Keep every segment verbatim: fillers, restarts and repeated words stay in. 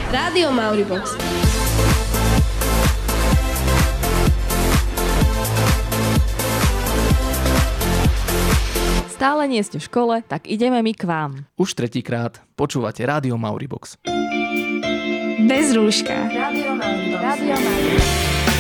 Rádio Mauribox. Stále nie ste v škole, tak ideme my k vám. Už tretíkrát počúvate Rádio Mauribox. Bez rúška. Rádio Mauribox. Rádio Mauribox.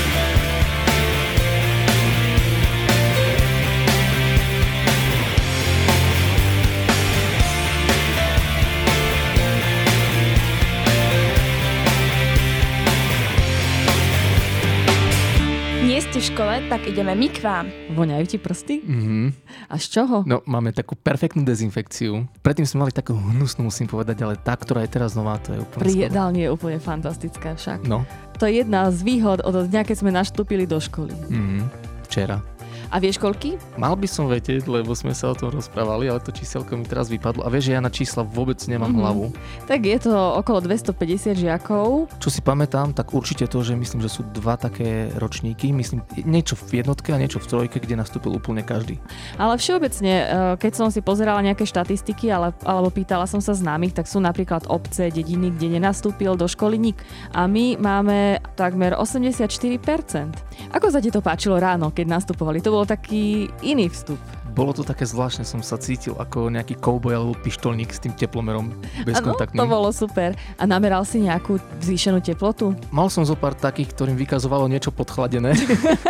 Nie ste v škole, tak ideme my k vám. Voňajú ti prsty? Mhm. A z čoho? No, máme takú perfektnú dezinfekciu. Predtým sme mali takú hnusnú, musím povedať, ale tá, ktorá je teraz nová, to je úplne Pri skvelé. jedálni je úplne fantastická však. No. To je jedna z výhod od dňa, keď sme naštúpili do školy. Mhm. Včera. A vieš koľky? Mal by som vedieť, lebo sme sa o tom rozprávali, ale to číselko mi teraz vypadlo. A vieš, že ja na čísla vôbec nemám mm-hmm. hlavu. Tak je to okolo dvestopäťdesiat žiakov. Čo si pamätám, tak určite to, že myslím, že sú dva také ročníky. Myslím, niečo v jednotke a niečo v trojke, kde nastúpil úplne každý. Ale všeobecne, keď som si pozerala nejaké štatistiky ale, alebo pýtala som sa známych, tak sú napríklad obce, dediny, kde nenastúpil do školy nik. A my máme takmer osemdesiatštyri percent. Ako sa ti to páčilo ráno, keď nastupovali? To bol taký iný vstup. Bolo to také zvláštne, som sa cítil ako nejaký kouboj alebo pištolník s tým teplomerom bezkontaktným. Ano, to bolo super. A nameral si nejakú zvýšenú teplotu? Mal som zo pár takých, ktorým vykazovalo niečo podchladené,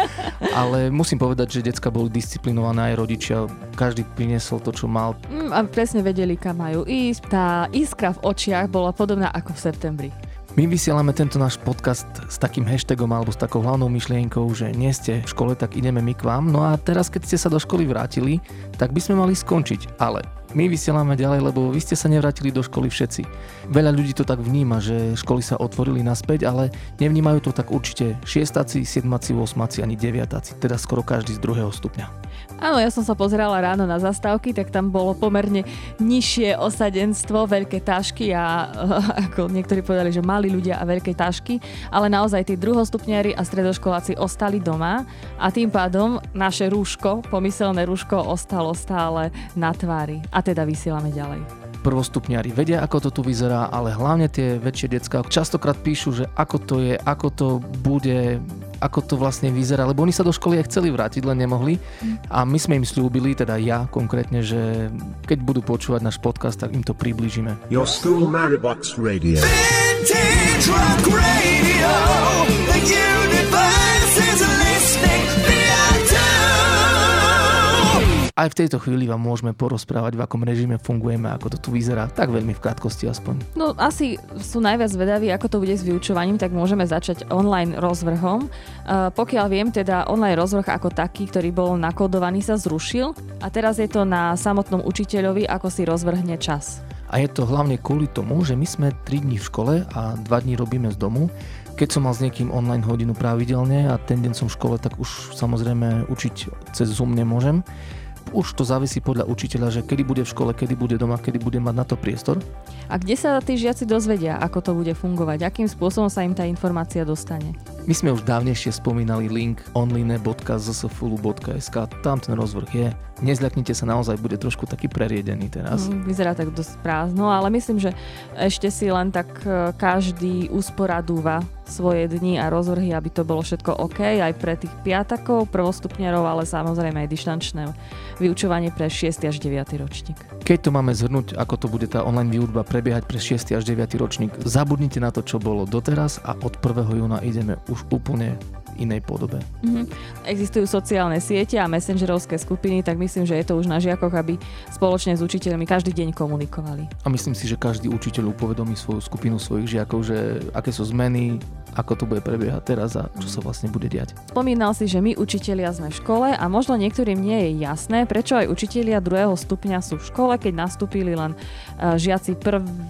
ale musím povedať, že decka boli disciplinované aj rodičia. Každý priniesol to, čo mal. Mm, a presne vedeli, kam majú ísť. Tá iskra v očiach bola podobná ako v septembri. My vysielame tento náš podcast s takým hashtagom alebo s takou hlavnou myšlienkou, že nie ste v škole, tak ideme my k vám. No a teraz, keď ste sa do školy vrátili, tak by sme mali skončiť. Ale my vysielame ďalej, lebo vy ste sa nevrátili do školy všetci. Veľa ľudí to tak vníma, že školy sa otvorili naspäť, ale nevnímajú to tak určite šiestáci, siedmaci, osmáci ani deviatáci, teda skoro každý z druhého stupňa. Áno, ja som sa pozerala ráno na zastávky, tak tam bolo pomerne nižšie osadenstvo, veľké tášky a ako niektorí povedali, že mali ľudia a veľké tášky, ale naozaj tí druhostupňári a stredoškoláci ostali doma a tým pádom naše rúško, pomyselné rúško ostalo stále na tvári. A teda vysielame ďalej. Prvostupňári vedia, ako to tu vyzerá, ale hlavne tie väčšie decká častokrát píšu, že ako to je, ako to bude, ako to vlastne vyzerá, lebo oni sa do školy aj chceli vrátiť, len nemohli. A my sme im slúbili, teda ja konkrétne, že keď budú počúvať náš podcast, tak im to priblížime. Your school Mauribox Radio. Vintage Rock Radio. The universe is listening. Aj v tejto chvíli vám môžeme porozprávať, v akom režime fungujeme, ako to tu vyzerá, tak veľmi v krátkosti aspoň. No asi sú najviac zvedaví, ako to bude s vyučovaním, tak môžeme začať online rozvrhom. Uh, pokiaľ viem, teda online rozvrh ako taký, ktorý bol nakodovaný, sa zrušil a teraz je to na samotnom učiteľovi, ako si rozvrhne čas. A je to hlavne kvôli tomu, že my sme tri dni v škole a dva dni robíme z domu. Keď som mal s niekým online hodinu pravidelne a ten deň som v škole, tak už samozrejme učiť cez Zoom nemôžem. Už to závisí podľa učiteľa, že kedy bude v škole, kedy bude doma, kedy bude mať na to priestor. A kde sa tí žiaci dozvedia, ako to bude fungovať? Akým spôsobom sa im tá informácia dostane? My sme už dávnejšie spomínali link online bodka z s f u bodka es ká. Tam ten rozvrh je. Nezľaknite sa, naozaj bude trošku taký preriedený teraz. Mm, vyzerá tak dosť prázdno, ale myslím, že ešte si len tak každý usporadúva svoje dni a rozvrhy, aby to bolo všetko OK, aj pre tých piatakov, prvostupňarov, ale samozrejme aj dištančné vyučovanie pre šiesty až deviaty ročník. Keď to máme zhrnúť, ako to bude tá online výučba prebiehať pre šiesty až deviaty ročník, zabudnite na to, čo bolo doteraz a od prvého júna ideme už úplne inej podobe. Mm-hmm. Existujú sociálne siete a messengerovské skupiny, tak myslím, že je to už na žiakoch, aby spoločne s učiteľmi každý deň komunikovali. A myslím si, že každý učiteľ upovedomí svoju skupinu svojich žiakov, že aké sú zmeny, ako to bude prebiehať teraz a čo sa vlastne bude diať. Spomínal si, že my učitelia sme v škole a možno niektorým nie je jasné, prečo aj učitelia druhého stupňa sú v škole, keď nastúpili len žiaci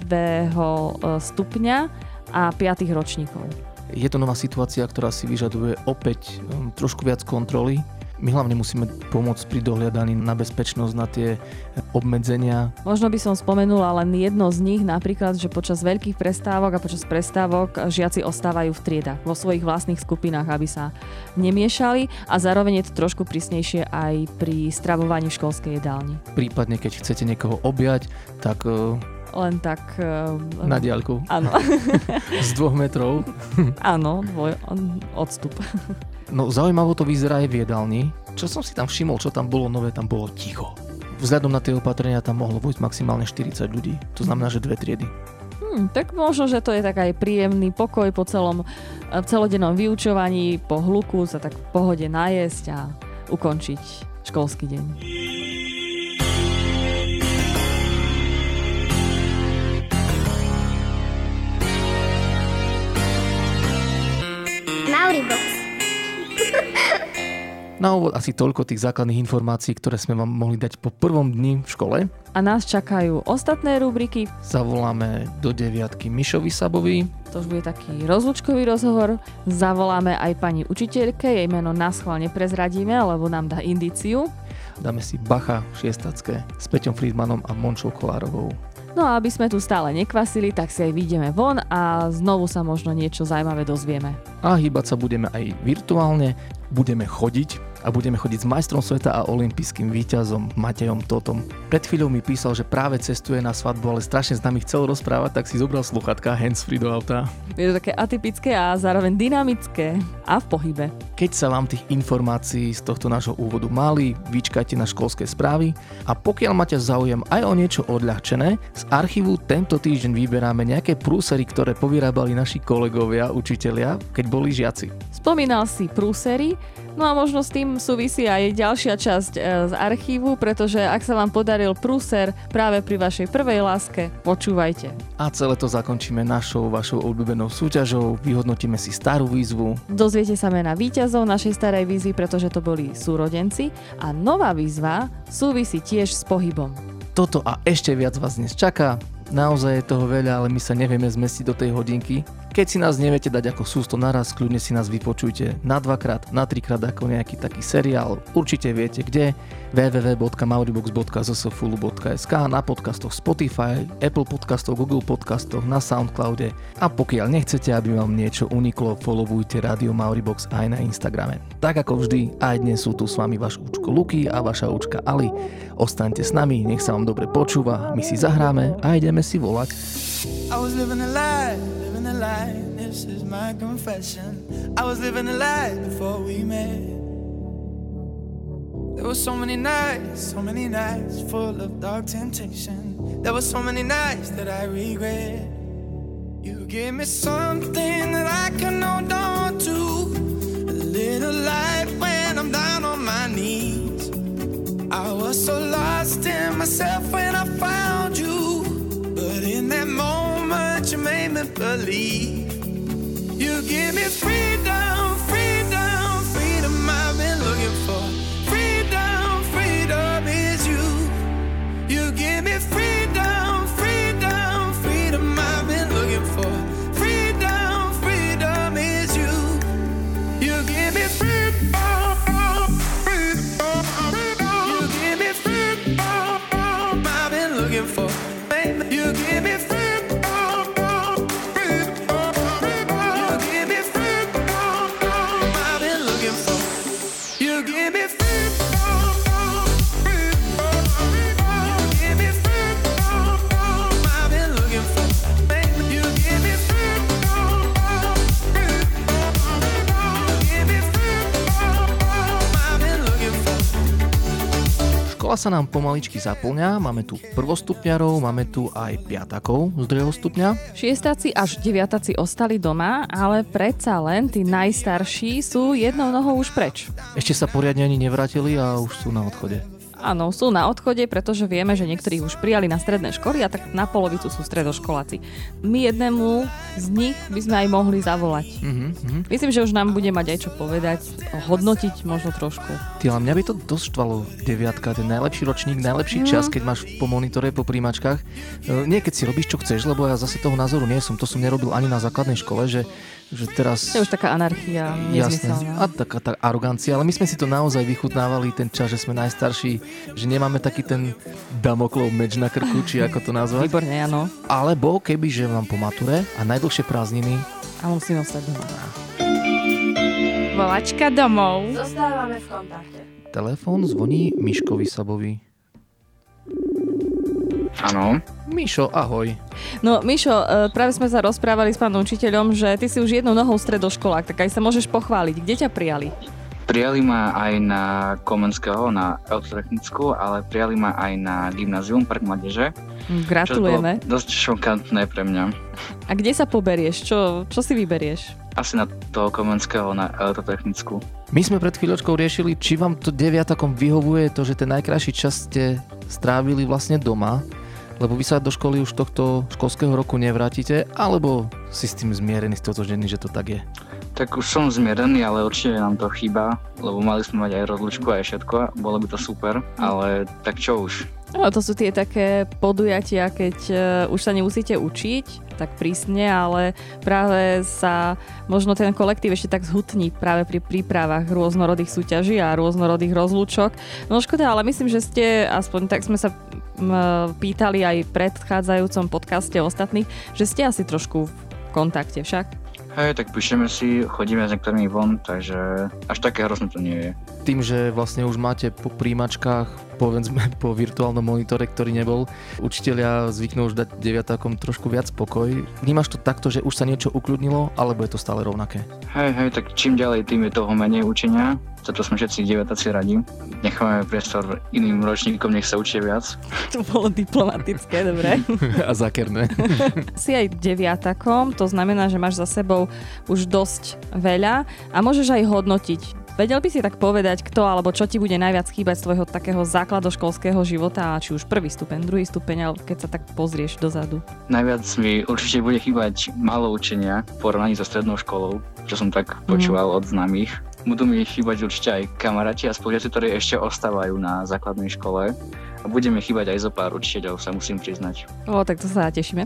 prvého stupňa a piatých ročníkov. Je to nová situácia, ktorá si vyžaduje opäť um, trošku viac kontroly. My hlavne musíme pomôcť pri dohliadaní na bezpečnosť, na tie obmedzenia. Možno by som spomenula len jedno z nich, napríklad, že počas veľkých prestávok a počas prestávok žiaci ostávajú v triedách, vo svojich vlastných skupinách, aby sa nemiešali a zároveň je to trošku prísnejšie aj pri stravovaní v školskej jedálni. Prípadne, keď chcete niekoho objať, tak... Uh, len tak... Na diaľku. Áno. Z dvoch metrov. Áno, dvoj, odstup. No zaujímavo to vyzerá aj v jedálni. Čo som si tam všimol, čo tam bolo nové, tam bolo ticho. Vzhľadom na tie opatrenia tam mohlo vojsť maximálne štyridsať ľudí. To znamená, že dve triedy. Hmm, tak možno, že to je tak aj príjemný pokoj po celom celodennom vyučovaní, po hluku sa tak v pohode najesť a ukončiť školský deň. Mauribox. Na úvod asi toľko tých základných informácií, ktoré sme vám mohli dať po prvom dni v škole. A nás čakajú ostatné rubriky. Zavoláme do deviatky Mišovi Sabovi. To už bude taký rozlúčkový rozhovor. Zavoláme aj pani učiteľke, jej meno naschvál neprezradíme, lebo nám dá indíciu. Dáme si bacha šiestacké s Peťom Friedmanom a Mončou Kolárovou. No a aby sme tu stále nekvasili, tak si aj vyjdeme von a znovu sa možno niečo zaujímavé dozvieme. A hýbať sa budeme aj virtuálne, budeme chodiť a budeme chodiť s majstrom sveta a olympijským víťazom Matejom Totom. Pred chvíľou mi písal, že práve cestuje na svadbu, ale strašne s nami chcel rozprávať, tak si zobral sluchatka handsfree do auta. Je to také atypické a zároveň dynamické a v pohybe. Keď sa vám tých informácií z tohto nášho úvodu máli, vyčkajte na školské správy a pokiaľ máte záujem aj o niečo odľahčené, z archívu tento týždeň vyberáme nejaké prúsery, ktoré povyrábali naši kolegovia, učitelia, keď boli žiaci. Spomínal si prúsery, no a možno s tým súvisí aj ďalšia časť z archívu, pretože ak sa vám podaril prúser práve pri vašej prvej láske, počúvajte. A celé to zakončíme našou, vašou obľúbenou súťažou, vyhodnotíme si starú výzvu. Dozviete sa mená víťazov našej starej výzvy, pretože to boli súrodenci a nová výzva súvisí tiež s pohybom. Toto a ešte viac vás dnes čaká. Naozaj je toho veľa, ale my sa nevieme zmestiť do tej hodinky. Keď si nás neviete dať ako sústo naraz, kľudne si nás vypočujte na dvakrát, na trikrát ako nejaký taký seriál. Určite viete kde. w w w bodka mauribox bodka z s f u l u bodka s k, na podcastoch Spotify, Apple podcastoch, Google podcastoch, na Soundcloude. A pokiaľ nechcete, aby vám niečo uniklo, followujte Radio Mauribox aj na Instagrame. Tak ako vždy, aj dnes sú tu s vami váš účko Luky a vaša účka Ali. Ostaňte s nami, nech sa vám dobre počúva, my si zahráme a ideme si volať. I was living a lie, living a lie, this is my confession. I was living a lie before we met. There were so many nights, so many nights full of dark temptation. There were so many nights that I regret. You gave me something that I can hold on to, a little light when I'm down on my knees. I was so lost in myself when I found you, but in that moment you made me believe. You give me freedom, freedom, freedom I've been looking for. Freedom, freedom is you. You give me freedom, freedom, freedom I've been looking for. Freedom, freedom is you. You give me freedom, freedom, freedom. You give me freedom I've been looking for. You give me freedom. Škola sa nám pomaličky zaplňa, máme tu prvostupňarov, máme tu aj piatakov z druhého stupňa. Šiestáci až deviatáci ostali doma, ale predsa len tí najstarší sú jednou nohou už preč. Ešte sa poriadne ani nevrátili a už sú na odchode. Áno, sú na odchode, pretože vieme, že niektorí už prijali na stredné školy a tak na polovicu sú stredoškoláci. My jednému z nich by sme aj mohli zavolať. Mm-hmm. Myslím, že už nám bude mať aj čo povedať, hodnotiť možno trošku. Ty, ale mňa by to dosť štvalo, deviatka, ten najlepší ročník, najlepší mm. čas, keď máš po monitore, po príjmačkách. Nie, keď si robíš, čo chceš, lebo ja zase toho názoru nie som. To som nerobil ani na základnej škole, že že teraz... To je už taká anarchia, nezmyselná. A taká tá arogancia, ale my sme si to naozaj vychutnávali ten čas, že sme najstarší, že nemáme taký ten Damoklov meč na krku, či ako to nazvať. Výborne, áno. Alebo keby, že vám po mature a najdlhšie prázdniny... A musíme ostať doma. Volačka domov. Zostávame v kontakte. Telefón zvoní Miškovi Sabovi. Áno. Mišo, ahoj. No, Mišo, práve sme sa rozprávali s pánom učiteľom, že ty si už jednou nohou stredoškolák, tak aj sa môžeš pochváliť. Kde ťa prijali? Prijali ma aj na Komenského, na elektrotechnickú, ale prijali ma aj na gymnázium Park Mládeže. Gratulujeme. Čo bolo dosť šokantné pre mňa. A kde sa poberieš? Čo, čo si vyberieš? Asi na toho Komenského, na elektrotechnickú. My sme pred chvíľočkou riešili, či vám to deviatakom vyhovuje to, že ten najkrajší čas ste strávili vlastne doma, lebo vy sa do školy už tohto školského roku nevrátite, alebo si s tým zmierený, stotožnený, že to tak je? Tak už som zmierený, ale určite nám to chýba, lebo mali sme mať aj rozlúčku aj všetko, bolo by to super, ale tak čo už. No, to sú tie také podujatia, keď uh, už sa nemusíte učiť tak prísne, ale práve sa možno ten kolektív ešte tak zhutní práve pri prípravách rôznorodých súťaží a rôznorodých rozlúčok. No škoda, ale myslím, že ste, aspoň tak sme sa m, pýtali aj v predchádzajúcom podcaste ostatných, že ste asi trošku v kontakte však. Hej, tak píšeme si, chodíme s niektorými von, takže až také hrozné to nie je. Tým, že vlastne už máte po príjmačkách, povedzme po virtuálnom monitore, ktorý nebol, učitelia zvyknú už dať deviatákom trošku viac pokoj. Vnímaš to takto, že už sa niečo ukľudnilo, alebo je to stále rovnaké? Hej, hej, tak čím ďalej, tým je toho menej učenia. Za to sme všetci deviatáci radi. Necháme priestor iným ročníkom, nech sa učia viac. To bolo diplomatické, dobre. A zákerné. Si aj deviatakom, to znamená, že máš za sebou už dosť veľa a môžeš aj hodnotiť. Vedel by si tak povedať, kto alebo čo ti bude najviac chýbať z tvojho takého základoškolského života, či už prvý stupeň, druhý stupeň, ale keď sa tak pozrieš dozadu? Najviac mi určite bude chýbať málo učenia v porovnaní so strednou školou, čo som tak počúval mm. od známych. Budú mi chýbať určite aj kamaráti a spolužiaci, ktorí ešte ostávajú na základnej škole. A budeme chýbať aj zo pár učiteľov, sa musím priznať. O, tak to sa tešíme.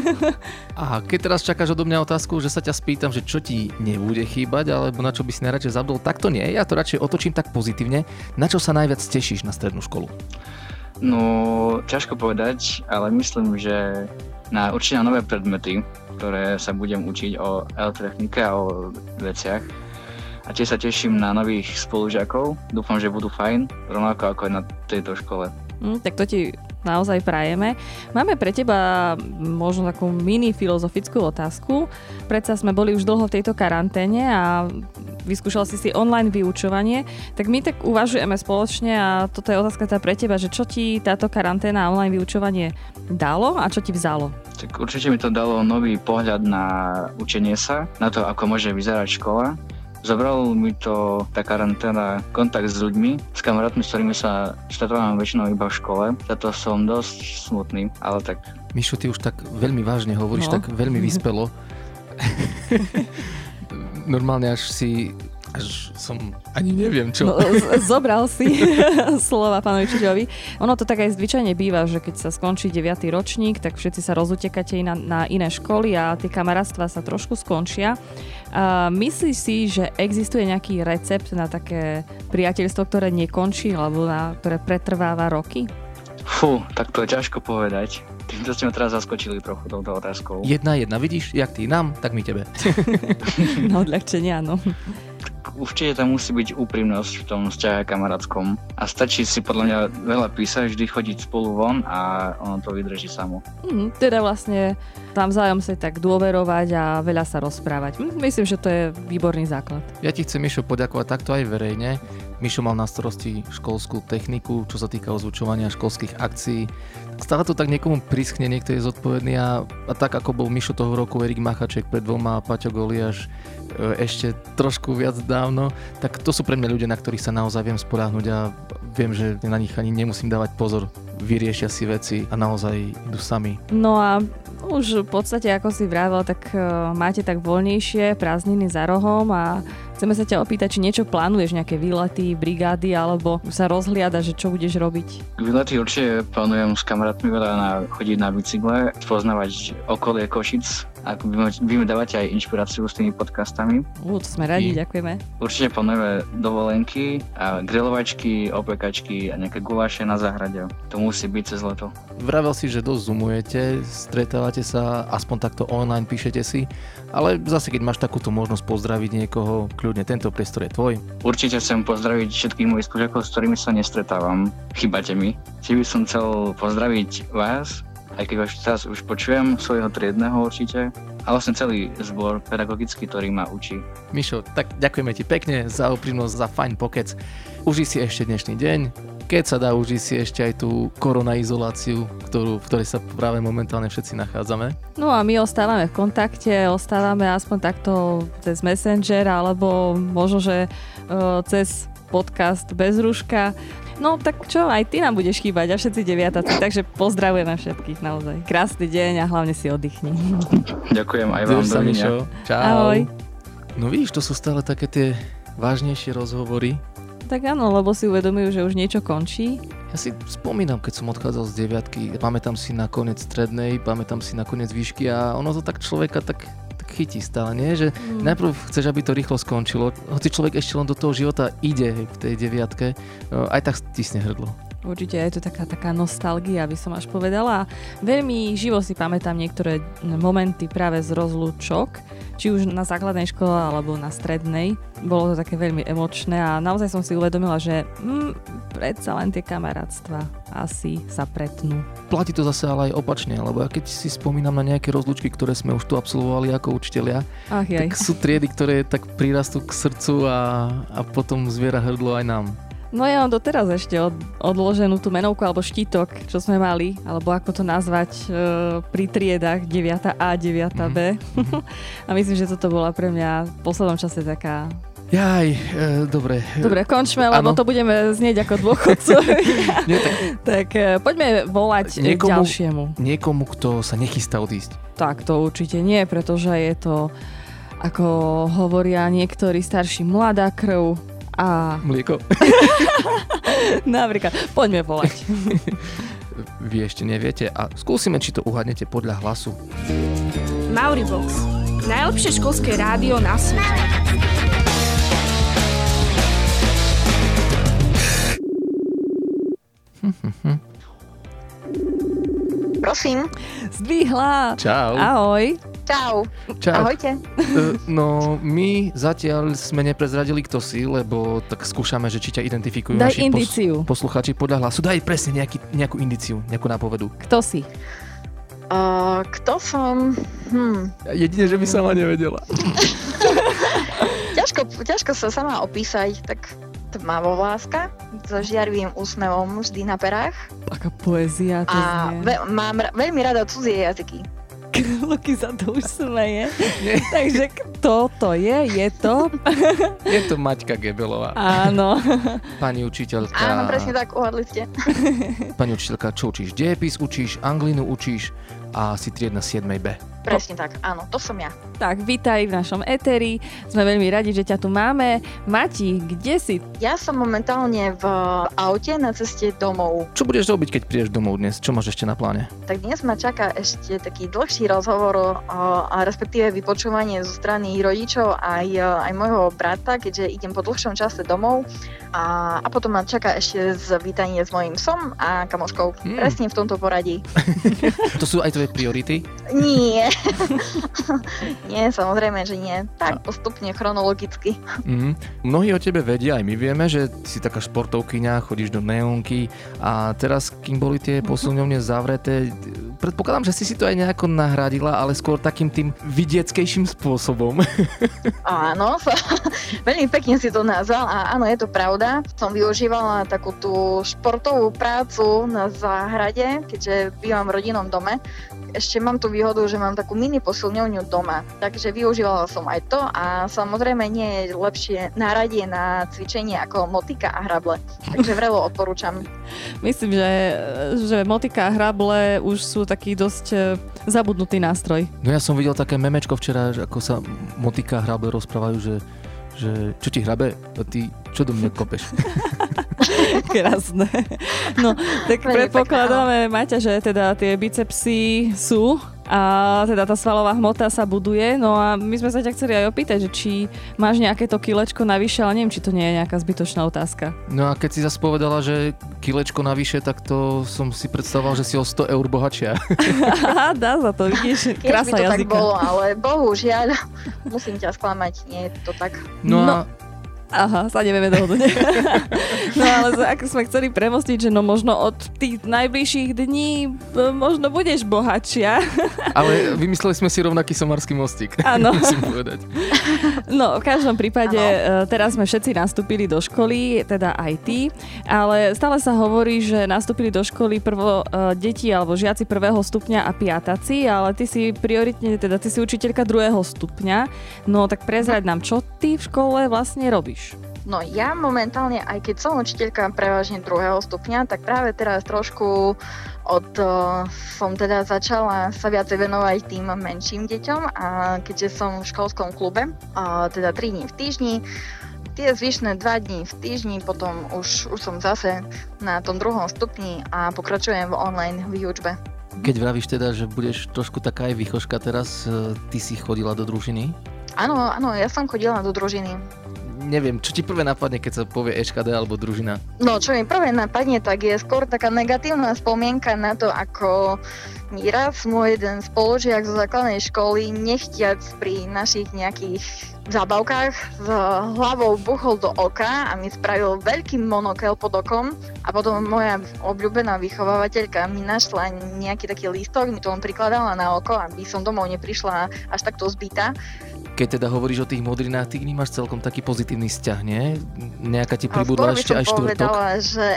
A keď teraz čakáš odo mňa otázku, že sa ťa spýtam, že čo ti nebude chýbať, alebo na čo by si najradšej zabudol, tak to nie. Ja to radšej otočím tak pozitívne. Na čo sa najviac tešíš na strednú školu? No, ťažko povedať, ale myslím, že na určite nové predmety, ktoré sa budem učiť o elektrotechnike a o veciach. A tiež sa teším na nových spolužiakov. Dúfam, že budú fajn, rovnako ako aj na tejto škole. Mm, tak to ti naozaj prajeme. Máme pre teba možno takú mini filozofickú otázku. Predsa sme boli už dlho v tejto karanténe a vyskúšal si si online vyučovanie, tak my tak uvažujeme spoločne a toto je otázka tá pre teba, že čo ti táto karanténa a online vyučovanie dalo a čo ti vzalo? Tak určite mi to dalo nový pohľad na učenie sa, na to, ako môže vyzerať škola. Zobralo mi to tá karanténa kontakt s ľuďmi, s kamarátmi, s ktorými sa stretávam väčšinou iba v škole. Za to som dosť smutný, ale tak... Mišo, ty už tak veľmi vážne hovoríš, no. Tak veľmi vyspelo. Normálne až si... Až som... Ani neviem, čo. No, z- zobral si slova pánovi učiteľovi. Ono to tak aj zvyčajne býva, že keď sa skončí deviaty ročník, tak všetci sa rozutekáte na, na iné školy a tie kamarátstva sa trošku skončia. Uh, myslíš si, že existuje nejaký recept na také priateľstvo, ktoré nekončí, alebo na, ktoré pretrváva roky? Fú, tak to je ťažko povedať. Týmto ste ma teraz zaskočili trochu touto otázkou. Jedna jedna, vidíš? Jak ty nám, tak my tebe. Na odľahčenie, áno. Určite tam musí byť úprimnosť v tom vzťahe kamarátskom a stačí si podľa mňa veľa písať, vždy chodiť spolu von a ono to vydrží samo. Mm, teda vlastne tam vzájom sa tak dôverovať a veľa sa rozprávať. Myslím, že to je výborný základ. Ja ti chcem, Mišo, poďakovať takto aj verejne. Mišo mal na starosti školskú techniku, čo sa týka ozvučovania školských akcií. Stále to tak niekomu prischne, niekto je zodpovedný a, a tak ako bol Mišo toho roku Erik Machaček pred dvoma a Paťo Goliáš e, ešte trošku viac dávno, tak to sú pre mňa ľudia, na ktorých sa naozaj viem spoľahnúť a viem, že na nich ani nemusím dávať pozor. Vyriešia si veci a naozaj idú sami. No a už v podstate, ako si vravel, tak uh, máte tak voľnejšie prázdniny za rohom a chceme sa ťa opýtať, či niečo plánuješ, nejaké výlety, brigády, alebo sa rozhliada, že čo budeš robiť? Výlety určite plánujem s kamarátmi veľa na, chodiť na bicykle, spoznávať okolie Košic a vy mi dávate aj inšpiráciu s tými podcastami. Ú, to sme radi, I ďakujeme. Určite plánujeme dovolenky a grilovačky, opekačky a nejaké guláše na záhrade. To musí byť cez leto. Vravel si, že dosť zoomujete, stretávate sa, aspoň takto online píšete si, ale zase keď máš takúto možnosť pozdraviť niekoho, kľudne tento priestor je tvoj. Určite chcem pozdraviť všetkých mojich spolužiakov, s ktorými sa nestretávam. Chýbate mi. Či by som chcel pozdraviť vás, aj keď už teraz už počujem svojho triedneho určite, a vlastne celý zbor pedagogický, ktorý ma učí. Mišo, tak ďakujeme ti pekne za úprimnosť, za fajn pokec. Užij si ešte dnešný deň. Keď sa dá, užij si ešte aj tú koronaizoláciu, ktorú, v ktorej sa práve momentálne všetci nachádzame. No a my ostávame v kontakte, ostávame aspoň takto cez Messenger, alebo možno, že uh, cez podcast bez rúška. No tak čo, aj ty nám budeš chýbať a všetci deviatáci, takže pozdravujeme všetkých naozaj. Krásny deň a hlavne si oddychni. Ďakujem aj vám, dovidenia. Čau. Ahoj. No vidíš, to sú stále také tie vážnejšie rozhovory. Tak áno, lebo si uvedomujú, že už niečo končí. Ja si spomínam, keď som odchádzal z deviatky, pamätám si na koniec strednej, pamätám si na koniec výšky a ono to tak človeka tak chytí stále, nie? Že mm. najprv chceš, aby to rýchlo skončilo, hoci človek ešte len do toho života ide v tej deviatke, aj tak stisne hrdlo. Určite je to taká, taká nostalgia, by som až povedala. Veľmi živo si pamätám niektoré momenty práve z rozlúčok, či už na základnej škole alebo na strednej. Bolo to také veľmi emočné a naozaj som si uvedomila, že mm, predsa len tie kamarátstva asi sa pretnú. Platí to zase ale aj opačne, lebo ja keď si spomínam na nejaké rozlúčky, ktoré sme už tu absolvovali ako učitelia, Ach, tak sú triedy, ktoré tak prirastú k srdcu a, a potom zviera hrdlo aj nám. No ja mám doteraz ešte od, odloženú tú menovku alebo štítok, čo sme mali, alebo ako to nazvať e, pri triedách deviata A, deviata B. Mm-hmm. A myslím, že toto bola pre mňa v poslednom čase taká... Jaj, e, dobre. Dobre, končme, lebo ano. To budeme znieť ako dôchodcovia. Nie, tak tak e, poďme volať niekomu, ďalšiemu. Niekomu, kto sa nechystá odísť. Tak, to určite nie, pretože je to, ako hovoria niektorí starší, mladá krv. A... Mlieko. Napríklad, poďme volať. Vy ešte neviete a skúsime, či to uhadnete podľa hlasu. Mauribox. Najlepšie školské rádio na svete. Prosím. Zdvihla. Čau. Ahoj. Čau. Čau. Ahojte. Uh, no, my zatiaľ sme neprezradili, kto si, lebo tak skúšame, že či ťa identifikujú Daj naši indiciu. pos- posluchači podľa hlasu. Daj presne nejaký, nejakú indiciu, nejakú nápovedu. Kto si? Uh, kto som? Hm. Jedine, že by sama nevedela. ťažko, ťažko sa sama opísať, tak tmavovláska, so žiarivým úsmevom vždy na perách. Aká poézia to A znie. ve- mám ra- veľmi rada cudzie jazyky. Luky sa to už smeje. Takže kto to je? Je to? Je to Maťka Gebelová. Áno. Pani učiteľka. Áno, presne tak, uhadli ste. Pani učiteľka, čo učíš? Dejepis učíš, anglinu učíš a si triedna siedmej B. Presne tak, áno, to som ja. Tak, vítaj v našom éteri. Sme veľmi radi, že ťa tu máme. Mati, kde si? Ja som momentálne v aute na ceste domov. Čo budeš robiť, keď prídeš domov dnes? Čo máš ešte na pláne? Tak dnes ma čaká ešte taký dlhší rozhovor o, a respektíve vypočúvanie zo strany rodičov aj, aj môjho brata, keďže idem po dlhšom čase domov a, a potom ma čaká ešte zvítanie s mojím psom a kamoškou. Hmm. Presne v tomto poradí. To sú aj tvoje priority? Nie. Nie, samozrejme, že nie. Tak postupne, chronologicky. Mm-hmm. Mnohí o tebe vedia, aj my vieme, že si taká športovkyňa, chodíš do neónky a teraz, kým boli tie posilňovne zavreté, predpokladám, že si si to aj nejako nahradila, ale skôr takým tým vidieckejším spôsobom. Áno, veľmi pekne si to nazval a áno, je to pravda. Som využívala takú tú športovú prácu na záhrade, keďže bývam v rodinnom dome. Ešte mám tú výhodu, že mám takú mini posilňovňu doma, takže využívala som aj to a samozrejme nie je lepšie náradie na cvičenie ako motika a hrable, takže vrelo odporúčam. Myslím, že, že motika a hrable už sú taký dosť zabudnutý nástroj. No ja som videl také memečko včera, ako sa motika a hrable rozprávajú, že, že čo ti hrabe, a ty čo do mňa kopeš? Krásne. No, tak Veľmi predpokladáme, Maťa, že teda tie bicepsy sú a teda tá svalová hmota sa buduje. No a my sme sa ťa chceli aj opýtať, že či máš nejaké to kilečko navyše, ale neviem, či to nie je nejaká zbytočná otázka. No a keď si zase povedala, že kilečko navyše, tak to som si predstavoval, že si o sto eur bohatšia. Aha, dá za to, vidíš, krása jazyka. Keď by to jazyka. tak bolo, ale bohužiaľ musím ťa sklamať, nie je to tak. No a No. Aha, sa nevieme dohodnúť. No ale ako sme chceli premostiť, že no možno od tých najbližších dní možno budeš bohatšia. Ale vymysleli sme si rovnaký somarský mostík. Áno. Musím povedať. No, v každom prípade ano. Teraz sme všetci nastúpili do školy, teda aj ty, ale stále sa hovorí, že nastúpili do školy prvo deti alebo žiaci prvého stupňa a piataci, ale ty si prioritne, teda ty si učiteľka druhého stupňa. No tak prezrať nám, čo ty v škole vlastne robíš? No ja momentálne, aj keď som učiteľka prevažne druhého stupňa, tak práve teraz trošku od, uh, som teda začala sa viacej venovať tým menším deťom a keďže som v školskom klube, uh, teda tri dní v týždni, tie zvyšné dva dní v týždni, potom už, už som zase na tom druhom stupni a pokračujem v online výučbe. Keď vravíš teda, že budeš trošku taká aj výchožka teraz, ty si chodila do družiny? Áno, áno, ja som chodila do družiny. Neviem, čo ti prvé napadne, keď sa povie é ká dé alebo družina? No, čo mi prvé napadne, tak je skôr taká negatívna spomienka na to, ako mi raz môj jeden spolužiak zo základnej školy nechtiac pri našich nejakých zábavkách s hlavou buchol do oka a mi spravil veľký monokel pod okom a potom moja obľúbená vychovávateľka mi našla nejaký taký lístok, mi to len prikladala na oko, aby som domov neprišla až takto zbitá. Keď teda hovoríš o tých modrinách, ty máš celkom taký pozitívny vzťah, nie? Nejaká ti pribudla ešte aj štvrtok? Skôr by som povedala, že,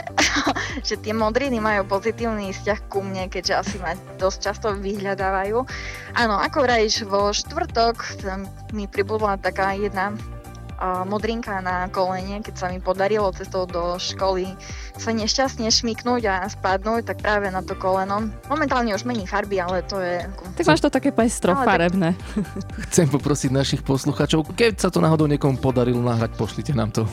že tie modriny majú pozitívny vzťah ku mne, keďže asi ma dosť často vyhľadávajú. Áno, ako vrajíš, vo štvrtok mi pribudla taká jedna uh, modrinka na kolene, keď sa mi podarilo cestou do školy sa nešťastne šmyknúť a spadnúť, tak práve na to koleno. Momentálne už mení farby, ale to je... Tak máš to také pestrofarebné. Tak... Chcem poprosiť našich posluchačov, keď sa to náhodou niekomu podarilo nahrať, pošlite nám to.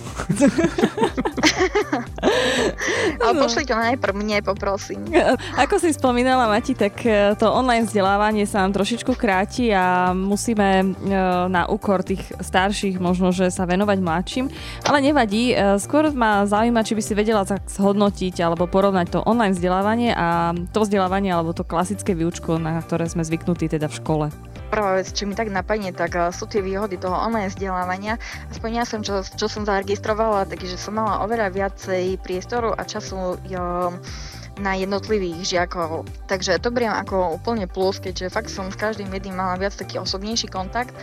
Ale pošli to najprv mne, poprosím. Ako si spomínala, Mati, tak to online vzdelávanie sa nám trošičku kráti a musíme na úkor tých starších možno, že sa venovať mladším. Ale nevadí, skôr ma zaujíma, či by si vedela zhodnotiť alebo porovnať to online vzdelávanie a to vzdelávanie alebo to klasické výučko, na ktoré sme zvyknutí teda v škole. Prvá vec, čo mi tak napadne, tak sú tie výhody toho online vzdelávania. Aspoň ja som, čo, čo som zaregistrovala, takže som mala oveľa viacej priestoru a času jo, na jednotlivých žiakov. Takže to beriem ako úplne plus, keďže fakt som s každým jedným mala viac taký osobnejší kontakt.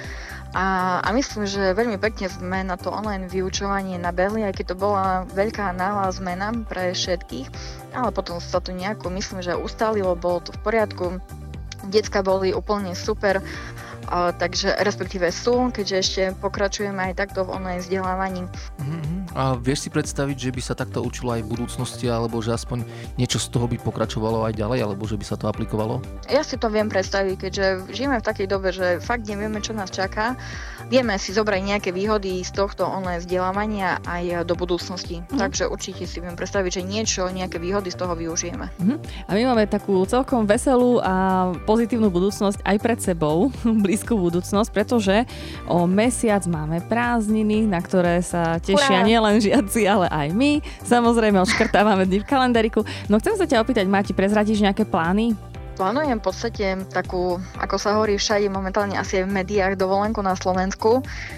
A, a myslím, že veľmi pekne sme na to online vyučovanie nabehli, aj keď to bola veľká náhla zmena pre všetkých, ale potom sa to nejako, myslím, že ustálilo, bolo to v poriadku. Decká boli úplne super, a, takže respektíve sú, keďže ešte pokračujeme aj takto v online vzdelávaní. Mm-hmm. A vieš si predstaviť, že by sa takto učilo aj v budúcnosti, alebo že aspoň niečo z toho by pokračovalo aj ďalej, alebo že by sa to aplikovalo? Ja si to viem predstaviť, keďže žijeme v takej dobe, že fakt nevieme, čo nás čaká. Vieme si zobrať nejaké výhody z tohto online vzdelávania aj do budúcnosti. Mm. Takže určite si viem predstaviť, že niečo, nejaké výhody z toho využijeme. Mm. A my máme takú celkom veselú a pozitívnu budúcnosť aj pred sebou, blízku budúcnosť, pretože o mesiac máme prázdniny, na ktoré sa tešia Urá. nielen žiaci, ale aj my. Samozrejme, odškrtávame dni v kalendariku. No chcem sa ťa opýtať, Mati, prezradíš nejaké plány? Plánujem v podstate takú, ako sa hovorí všade momentálne asi aj v médiách, dovolenku na Slovensku,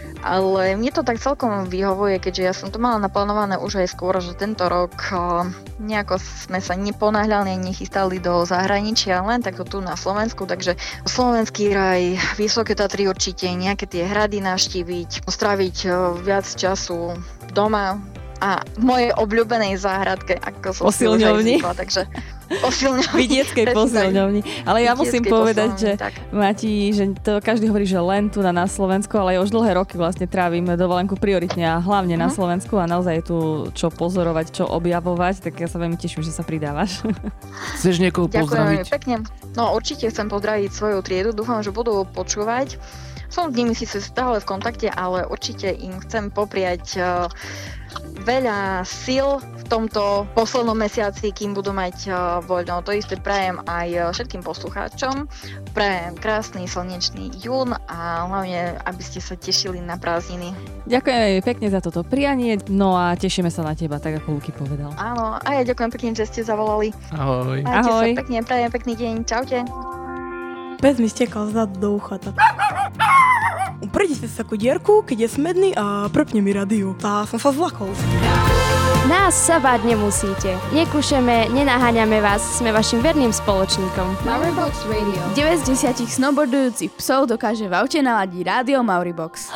ale mne to tak celkom vyhovuje, keďže ja som to mala naplánované už aj skôr, že tento rok nejako sme sa neponáhľali, nechystali do zahraničia, len takto tu na Slovensku, takže slovenský raj, Vysoké Tatry určite, nejaké tie hrady navštíviť, stráviť viac času doma a v mojej obľúbenej záhradke, ako som posilňovni. Zvykla, takže posilňovni. Vidieckej posilňovni. Ale ja musím povedať, že Mati, že to každý hovorí, že len tu na, na Slovensku, ale ja už dlhé roky vlastne trávim dovolenku prioritne a hlavne uh-huh. na Slovensku a naozaj je tu čo pozorovať, čo objavovať, tak ja sa veľmi teším, že sa pridávaš. Chceš niekoho pozdraviť? Ďakujem pekne. No určite chcem pozdraviť svoju triedu, dúfam, že budú počúvať. Som s nimi síce stále v kontakte, ale určite im chcem popriať uh, veľa síl v tomto poslednom mesiaci, kým budú mať uh, voľno. To isté prajem aj všetkým poslucháčom. Prajem krásny slnečný jún a hlavne, aby ste sa tešili na prázdniny. Ďakujem pekne za toto prianie, no a tešíme sa na teba, tak ako Luky povedal. Áno, a ja ďakujem pekne, že ste zavolali. Ahoj. Majte Ahoj. sa pekne, prajem pekný deň. Čaute. Bez mi stekal zad do ucha. Tak. Prejdi cez takú dierku, keď je smedný a prepne mi rádio. A som sa zlakol. Nás sa báť nemusíte. Nekúšeme, nenaháňame vás, sme vašim verným spoločníkom. Mauribox Radio. deväť z desiatich snowboardujúcich psov dokáže v aute naladiť rádio Mauribox.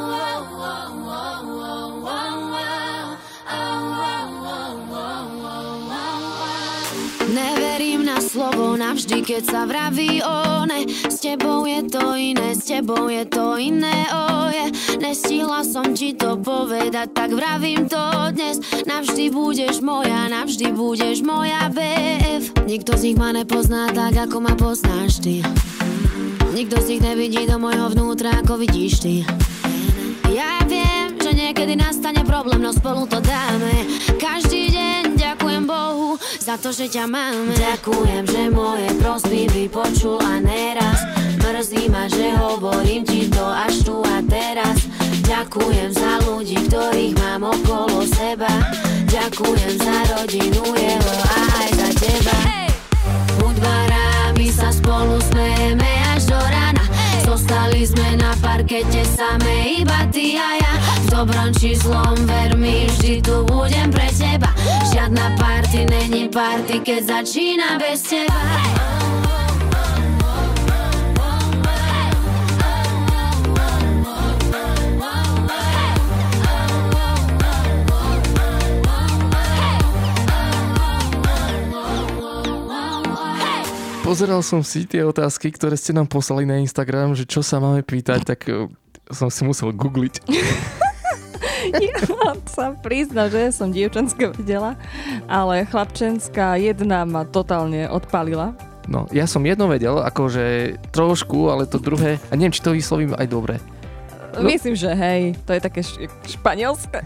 Neverím na slovo navždy, keď sa vraví o ne. S tebou je to iné, s tebou je to iné, oh yeah. Nestihla som ti to povedať, tak vravím to dnes. Navždy budeš moja, navždy budeš moja bé ef. Nikto z nich ma nepozná tak, ako ma poznáš ty. Nikto z nich nevidí do môjho vnútra, ako vidíš ty. Ja viem, že niekedy nastane problém, no spolu to dáme. Každý deň ďakujem Bohu za to, že ťa mám. Ďakujem, že moje prosby vypočul a neraz. Mrzí ma, že hovorím ti to až tu a teraz. Ďakujem za ľudí, ktorých mám okolo seba. Ďakujem za rodinu jeho a aj za teba. Buď barami sa spolu smejeme až do rána. Zostali sme na parkete same, iba ty a ja. V dobrom či zlom, ver mi, vždy tu budem pre teba. Žiadna party není party, keď začína bez teba. Pozeral som si tie otázky, ktoré ste nám poslali na Instagram, že čo sa máme pýtať, tak som si musel googliť. Ja sa priznám, že som dievčanská vedela, ale chlapčenská jedna ma totálne odpálila. No, ja som jedno vedel, akože trošku, ale to druhé, a neviem, či to vyslovím aj dobre. No. Myslím, že hej, to je také š- španielské.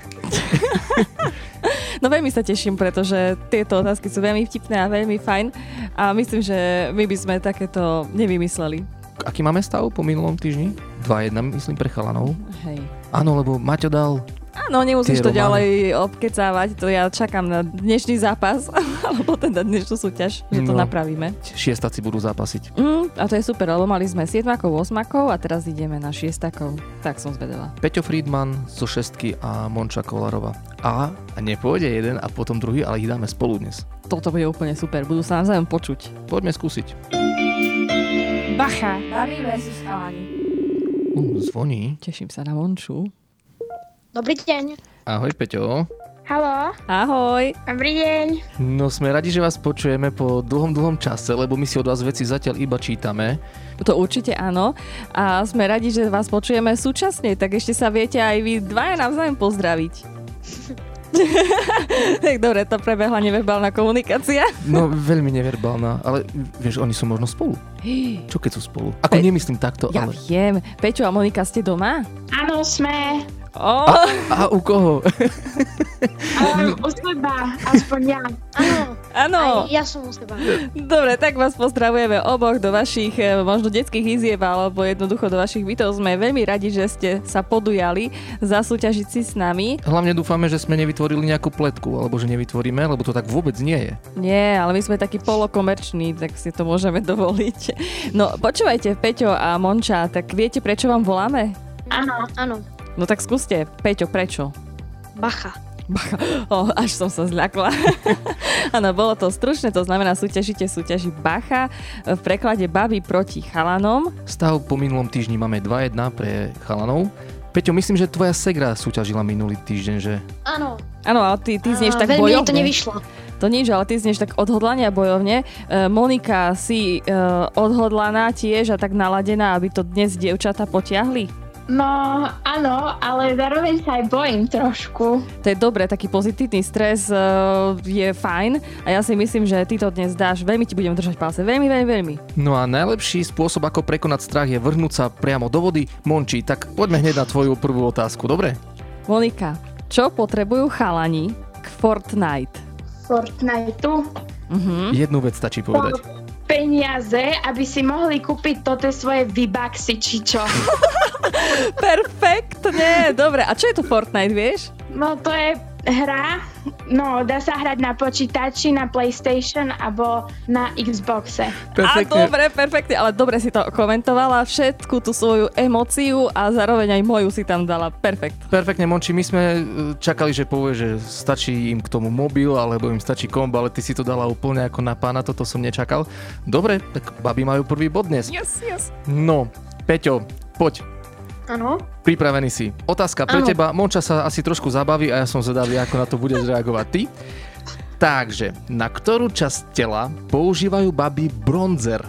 No veľmi sa teším, pretože tieto otázky sú veľmi vtipné a veľmi fajn a myslím, že my by sme takéto nevymysleli. Aký máme stav po minulom týždni? dva jedna, myslím, pre chalanov. Hej. Áno, lebo Maťo dal... Áno, nemusíš to ďalej obkecávať, to ja čakám na dnešný zápas, alebo teda dnešnú súťaž, že to no, napravíme. Šiestaci budú zápasiť. Mm, a to je super, lebo mali sme siedmakov, osmakov a teraz ideme na šiestakov. Tak som zvedela. Peťo Friedman zo šestky a Monča Kolárová. A, a nepôjde jeden a potom druhý, ale ich dáme spolu dnes. Toto bude úplne super, budú sa navzájom počuť. Poďme skúsiť. Bacha, babi versus chalani. Uh, zvoní. Teším sa na Monču. Dobrý deň. Ahoj, Peťo. Haló. Ahoj. Dobrý deň. No sme radi, že vás počujeme po dlhom, dlhom čase, lebo my si od vás veci zatiaľ iba čítame. To určite áno. A sme radi, že vás počujeme súčasne, tak ešte sa viete aj vy dvaja navzájom pozdraviť. Tak dobre, to prebehla neverbálna komunikácia. No veľmi neverbálna, ale vieš, oni sú možno spolu. Čo keď sú spolu? Ako Pe- nemyslím takto, ja ale... Ja viem. Peťo a Monika, ste doma? Áno, sme. Oh. A, a u koho? Um, u seba, aspoň ja. Áno. Áno. Ja som u seba. Dobre, tak vás pozdravujeme oboch do vašich možno detských izieb alebo jednoducho do vašich bytov. Sme veľmi radi, že ste sa podujali zasúťažiť si s nami. Hlavne dúfame, že sme nevytvorili nejakú pletku, alebo že nevytvoríme, lebo to tak vôbec nie je. Nie, ale my sme takí polokomerční, tak si to môžeme dovoliť. No, počúvajte, Peťo a Monča, tak viete, prečo vám voláme? Áno, áno. No tak skúste. Peťo, prečo? Bacha. Bacha. O, až som sa zľakla. Áno, bolo to stručné, to znamená súťažite súťaži Bacha. V preklade baby proti chalanom. Stav po minulom týždni máme dva jedna pre chalanov. Peťo, myslím, že tvoja segra súťažila minulý týždeň, že? Áno. Áno, ale ty, ty znieš uh, tak veľmi bojovne. Veľmi to nevyšlo. To nič, ale ty znieš tak odhodlania bojovne. E, Monika, si e, odhodlaná tiež a tak naladená, aby to dnes dievčatá potiahli? No, áno, ale zároveň sa aj bojím trošku. To je dobré, taký pozitívny stres uh, je fajn a ja si myslím, že ty to dnes dáš. Veľmi ti budem držať palce. Veľmi, veľmi, veľmi. No a najlepší spôsob, ako prekonať strach, je vrhnúť sa priamo do vody. Monči, tak poďme hneď na tvoju prvú otázku, dobre? Monika, čo potrebujú chalani k Fortnite? Fortniteu? Uh-huh. Jednu vec stačí povedať. Peniaze, aby si mohli kúpiť toto svoje V-Bucksy, či čo. Perfektne, dobre. A čo je to Fortnite, vieš? No to je hra, no dá sa hrať na počítači, na PlayStation alebo na Xboxe. Perfektne. A dobre, perfektne, ale dobre si to komentovala, všetku tú svoju emóciu a zároveň aj moju si tam dala. Perfekt. Perfektne, Monči, my sme čakali, že povie, že stačí im k tomu mobil, alebo im stačí komb, ale ty si to dala úplne ako na pána, toto som nečakal. Dobre, tak babi majú prvý bod dnes. Yes, yes. No, Peťo, poď. Áno. Pripravený si. Otázka pre Áno. teba. Monča sa asi trošku zabaví a ja som zvedavý, ako na to budeš reagovať ty. Takže, na ktorú časť tela používajú baby bronzer?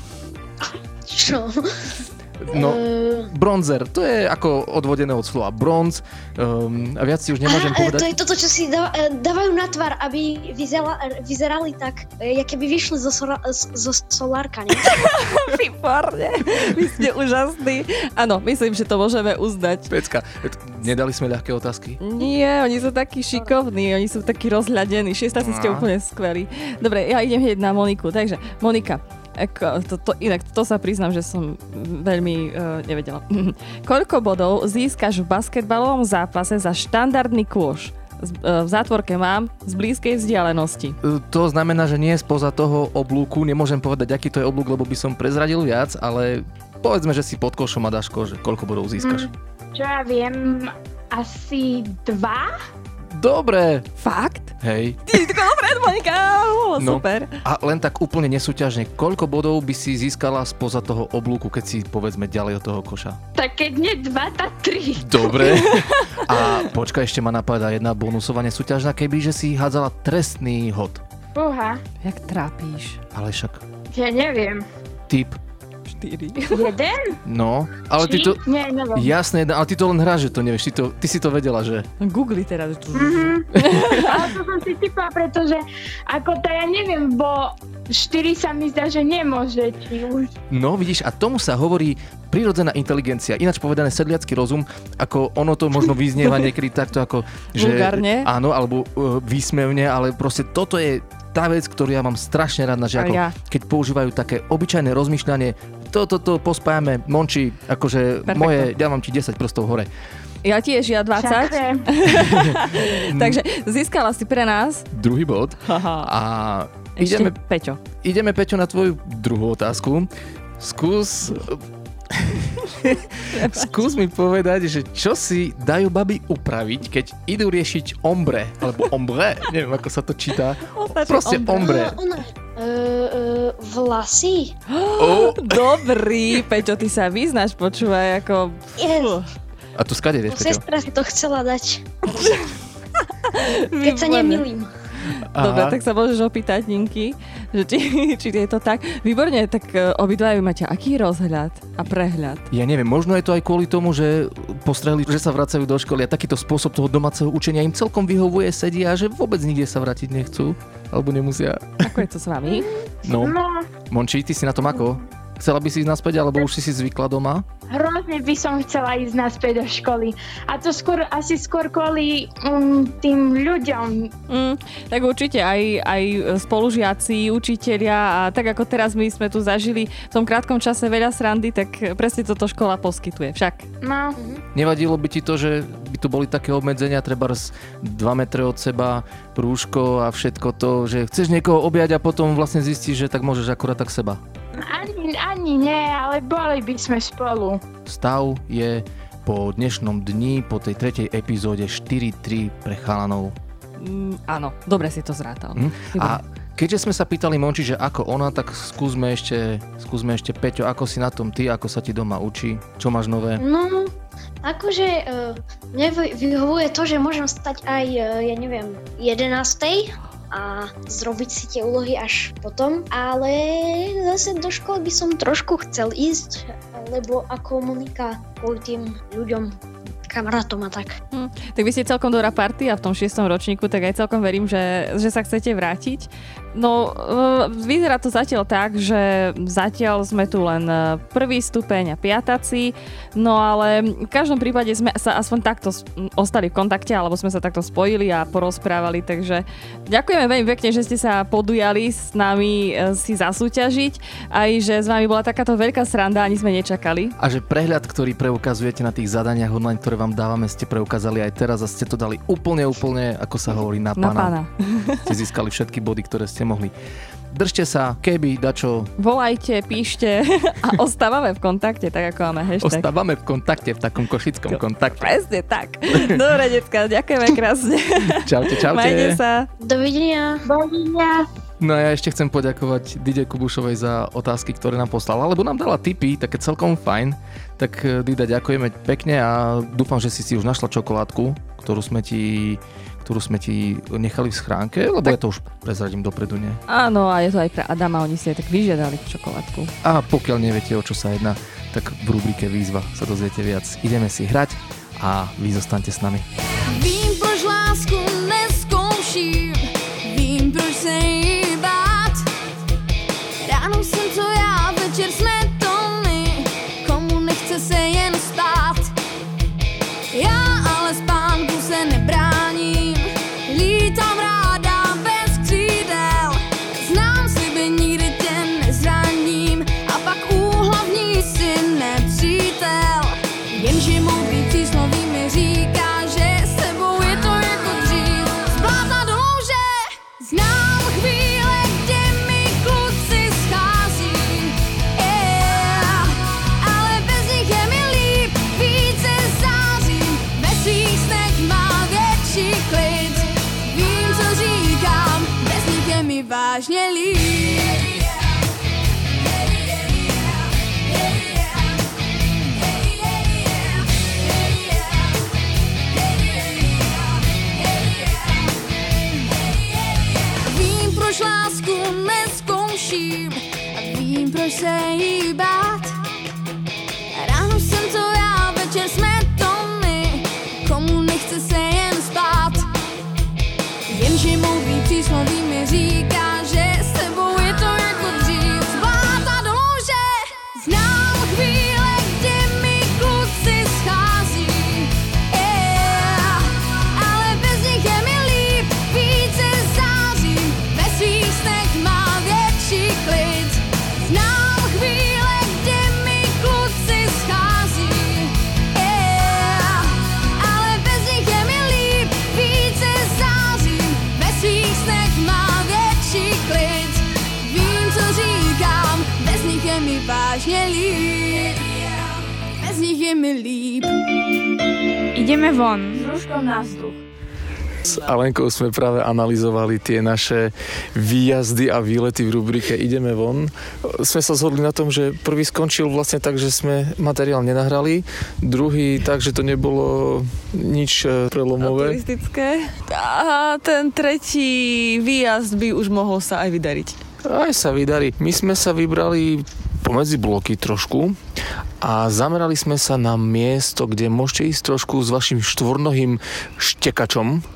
Čo? No, bronzer, to je ako odvodené od slova bronz um, a viac si už nemôžem Aha, povedať. to je toto, čo si dá, dávajú na tvár, aby vyzerali, vyzerali tak, jak keby vyšli zo, sola, zo solárka, ne? Výborne, vy ste úžasní. Áno, myslím, že to môžeme uznať. Pecka, nedali sme ľahké otázky? Nie, oni sú takí šikovní, oni sú takí rozhľadení. Šiestáci ste úplne skvelí. Dobre, ja idem hneď na Moniku. Takže, Monika, Ako, to, to, inak to sa priznám, že som veľmi uh, nevedela. Koľko bodov získaš v basketbalovom zápase za štandardný kôš? Z, uh, v zátvorke mám z blízkej vzdialenosti. To znamená, že nie spoza toho oblúku. Nemôžem povedať, aký to je oblúk, lebo by som prezradil viac, ale povedzme, že si pod košom a Daško, že koľko bodov získaš. Mm, čo ja viem, asi dva? Dobre. Fakt? Hej. Ty, dobre, Monika, oh, No, super. a len tak úplne nesúťažne, koľko bodov by si získala spoza toho oblúku, keď si povedzme ďalej od toho koša? Tak keď nie dva, tak tri. Dobre. A počkaj, ešte ma napadá jedna bonusová nesúťažná, keby že si hádzala trestný hod. Fúha. Jak trápíš. Ale však Ja neviem. typ. štyri. Jeden? No, ale ty to... Nie, neviem. Jasné, ale ty to len hráš, že to nevieš. Ty, to, ty si to vedela, že... Googli teraz. Mhm. Ale to som si typla, pretože ako to ja neviem, bo štyri sa mi zdá, že nemôže, či už. No, vidíš, a tomu sa hovorí prirodzená inteligencia. Ináč povedané sedliacky rozum, ako ono to možno vyznieva niekedy takto ako... Že, vulgárne? áno, alebo uh, výsmevne, ale proste toto je tá vec, ktorú ja mám strašne rád na žiakov. Ja. Keď používajú také obyčajné rozmýšľanie, toto to, to pospájame, Monči, akože Perfecto. moje, dávam ti desať prstov hore. Ja tiež, ja dvadsať. Takže získala si pre nás. Druhý bod. A Ešte ideme, Peťo. ideme, Peťo, na tvoju druhú otázku. Skús... Skús mi povedať, že čo si dajú baby upraviť, keď idú riešiť ombre, alebo ombre, neviem, ako sa to číta. Proste ombre. Uh, ona, uh, uh, vlasy? Oh. Dobrý, Peťo, ty sa vyznáš, počúvaj, ako... Yes. A tu skade vieš, Peťo? Sestra si to chcela dať. Keď sa nemýlim. Dobre, tak sa môžeš opýtať, Ninky, že či, či je to tak. Výborne, tak obidvajú máte aký rozhľad a prehľad? Ja neviem, možno je to aj kvôli tomu, že postrehli, že sa vracajú do školy a takýto spôsob toho domáceho učenia im celkom vyhovuje, sedia a že vôbec nikde sa vrátiť nechcú. Alebo nemusia. Ako je to s vami? No, Monči, ty si na tom ako? Chcela by si ísť naspäť, alebo už si si zvykla doma? Hrozne by som chcela ísť naspäť do školy. A to skôr, asi skôr kvôli um, tým ľuďom. Mm, tak určite aj, aj spolužiaci, učitelia a tak ako teraz my sme tu zažili v tom krátkom čase veľa srandy, tak presne toto škola poskytuje. Však. No. Nevadilo by ti to, že by tu boli také obmedzenia, treba z dva metre od seba, rúško a všetko to, že chceš niekoho objať a potom vlastne zistíš, že tak môžeš akurát tak seba. Ani, ani nie, ale boli by sme spolu. Stav je po dnešnom dni, po tej tretej epizóde štyri tri pre chalanov. Mm, áno, dobre si to zrátal. Hm? A keďže sme sa pýtali Monči, že ako ona, tak skúsme ešte, skúsme ešte Peťo, ako si na tom ty, ako sa ti doma učí, čo máš nové? No, akože uh, mne vyhovuje to, že môžem stať aj, uh, ja neviem, jedenástej a zrobiť si tie úlohy až potom, ale zase do školy by som trošku chcel ísť, lebo ako Monika kvôli tým ľuďom, kamarátom a tak. Hm, tak vy ste celkom dobrá party a v tom šiestom ročníku, tak aj celkom verím, že, že sa chcete vrátiť. No, vyzerá to zatiaľ tak, že zatiaľ sme tu len prvý stupeň a piataci, no ale v každom prípade sme sa aspoň takto ostali v kontakte, alebo sme sa takto spojili a porozprávali, takže ďakujeme veľmi pekne, že ste sa podujali s nami si zasúťažiť, aj že s vami bola takáto veľká sranda, ani sme nečakali. A že prehľad, ktorý preukazujete na tých zadaniach online, ktoré vám dávame, ste preukázali aj teraz a ste to dali úplne, úplne, ako sa hovorí, na pána. Na pána. Ste získali všetky body, ktoré ste mohli. Držte sa, keby, dačo. Volajte, píšte a ostávame v kontakte, tak ako máme hashtag. Ostávame v kontakte, v takom košickom kontakte. Presne tak. Dobre, decka, ďakujeme krásne. Čaute, čaute. Majte sa. Dovidenia. Dovidenia. No a ja ešte chcem poďakovať Dide Kubušovej za otázky, ktoré nám poslala, lebo nám dala tipy, také celkom fajn. Tak Dida, ďakujeme pekne a dúfam, že si si už našla čokoládku, ktorú sme ti... ktorú sme ti nechali v schránke, lebo tak... ja to už prezradím dopredu, nie? Áno, a je to aj pre Adama, oni si aj tak vyžiadali čokoládku. A pokiaľ neviete, o čo sa jedná, tak v rubrike Výzva sa dozviete viac. Ideme si hrať a vy zostaňte s nami. Vím, proč lásku neskouším, vím, proč se jí bát. Ráno jsem to já, večer jsme to my, komu nechce se jen spát. Já ale spánku se nebráním, lítám ráda bez křídel, znám sliby, nikdy tě nezraním, a pak úhlavní si nepřítel. Jenže moudrý přísloví mi říká, že s tebou je to jako dřív, z bláta do louže. Znám chvíle, kde mi kluci schází, yeah, ale bez nich je mi líp, více zářím, ve svých snech má větší klid. Vím, co říkám, bez nich je mi vážně líp. Vím, proč lásku neskouším a vím, proč se jí bát. Ráno jsem to já, večer jsme to my, komu nechce se jen spát. Jenže moudrý přísloví mi říká, že s tebou je to jako dřív, z bláta do louže. Znám chvíle, kde mi kluci schází, yeah, ale bez nich je mi líp, více zářím, ve svých snech má větší klid. Znám chvíle, kde mi kluci schází, yeah, ale bez nich je mi líp, více zářím, ve svých snech má větší klid. Vím, co říkám, bez nich je mi vážně líp, bez nich je mi líp. Ideme von s rúškom na vzduch. S Alenkou sme práve analyzovali tie naše výjazdy a výlety v rubrike Ideme von. Sme sa zhodli na tom, že prvý skončil vlastne tak, že sme materiál nenahrali, druhý tak, že to nebolo nič prelomové. Turistické. A ten tretí výjazd by už mohol sa aj vydariť. Aj sa vydarí. My sme sa vybrali pomedzi bloky trošku a zamerali sme sa na miesto, kde môžete ísť trošku s vašim štvornohým štekačom.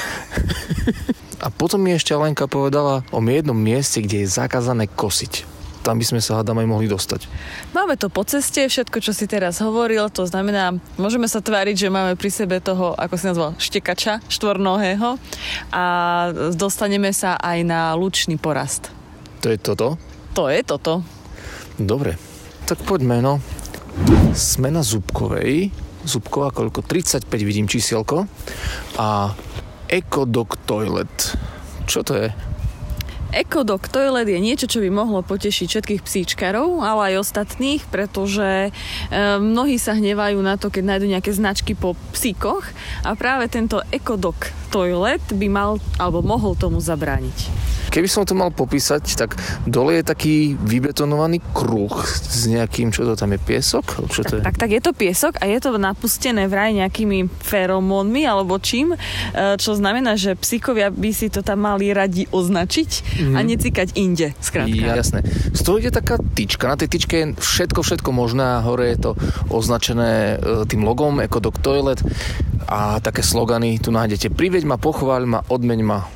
A potom mi ešte Alenka povedala o jednom mieste, kde je zakázané kosiť. Tam by sme sa hádam aj mohli dostať. Máme to po ceste, všetko, čo si teraz hovoril, to znamená, môžeme sa tváriť, že máme pri sebe toho, ako si nazval, štekača štvornohého a dostaneme sa aj na lučný porast. To je toto? To je toto. Dobre, tak poďme, no. Sme na Zubkovej. Zubková koľko? tridsaťpäť vidím čísielko. A Ecodoc Toilet. Čo to je? Ecodoc Toilet je niečo, čo by mohlo potešiť všetkých psíčkarov, ale aj ostatných, pretože e, mnohí sa hnevajú na to, keď nájdu nejaké značky po psíkoch a práve tento Ecodoc Toilet by mal, alebo mohol tomu zabrániť. Keby som to mal popísať, tak dole je taký vybetonovaný kruh s nejakým, čo to tam je, piesok? Čo to je? Tak, tak je to piesok a je to napustené vraj nejakými feromónmi alebo čím, čo znamená, že psíkovia by si to tam mali radi označiť mm. a necikať inde, skrátka. Ja, jasné. Z toho ide taká tyčka, na tej tyčke je všetko, všetko možné a hore je to označené tým logom Ecodoc Toilet a také slogany tu nájdete. Priveď ma, pochváľ ma, odmeň ma.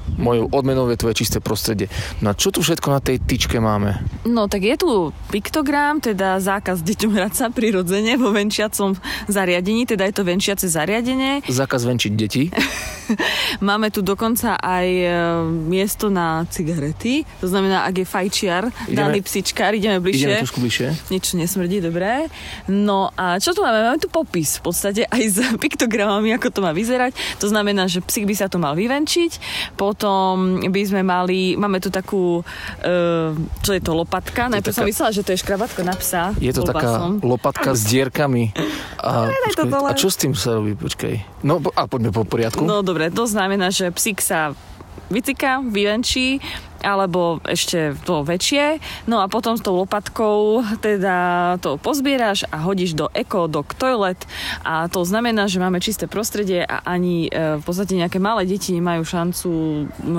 Mojou odmenou je tvoje čisté prostredie. No a čo tu všetko na tej tyčke máme? No tak je tu piktogram, teda zákaz deťom hrať sa prirodzene vo venčiacom zariadení, teda je to venčiace zariadenie. Zákaz venčiť detí. Máme tu dokonca aj miesto na cigarety, to znamená, ak je fajčiar, daný psičkár, ideme bližšie. Ideme trošku bližšie. Nič nesmrdí, dobré. No a čo tu máme? Máme tu popis v podstate aj s piktogramami, ako to má vyzerať. To znamená, že psík by sa to mal vyvenčiť, potom by sme mali, máme tu takú, uh, čo je to, lopatka. Najprv taká... som myslela, že to je škrabatka na psa. Je to taká som. lopatka s dierkami. A, počkej, a čo s tým sa robí? Počkej. No a poďme po poriadku. No dobre, to znamená, že psík sa vycika, vyvenčí, alebo ešte to väčšie. No a potom s tou lopatkou teda to pozbieraš a hodíš do Eco Dog Toilet a to znamená, že máme čisté prostredie a ani e, v podstate nejaké malé deti nemajú šancu e,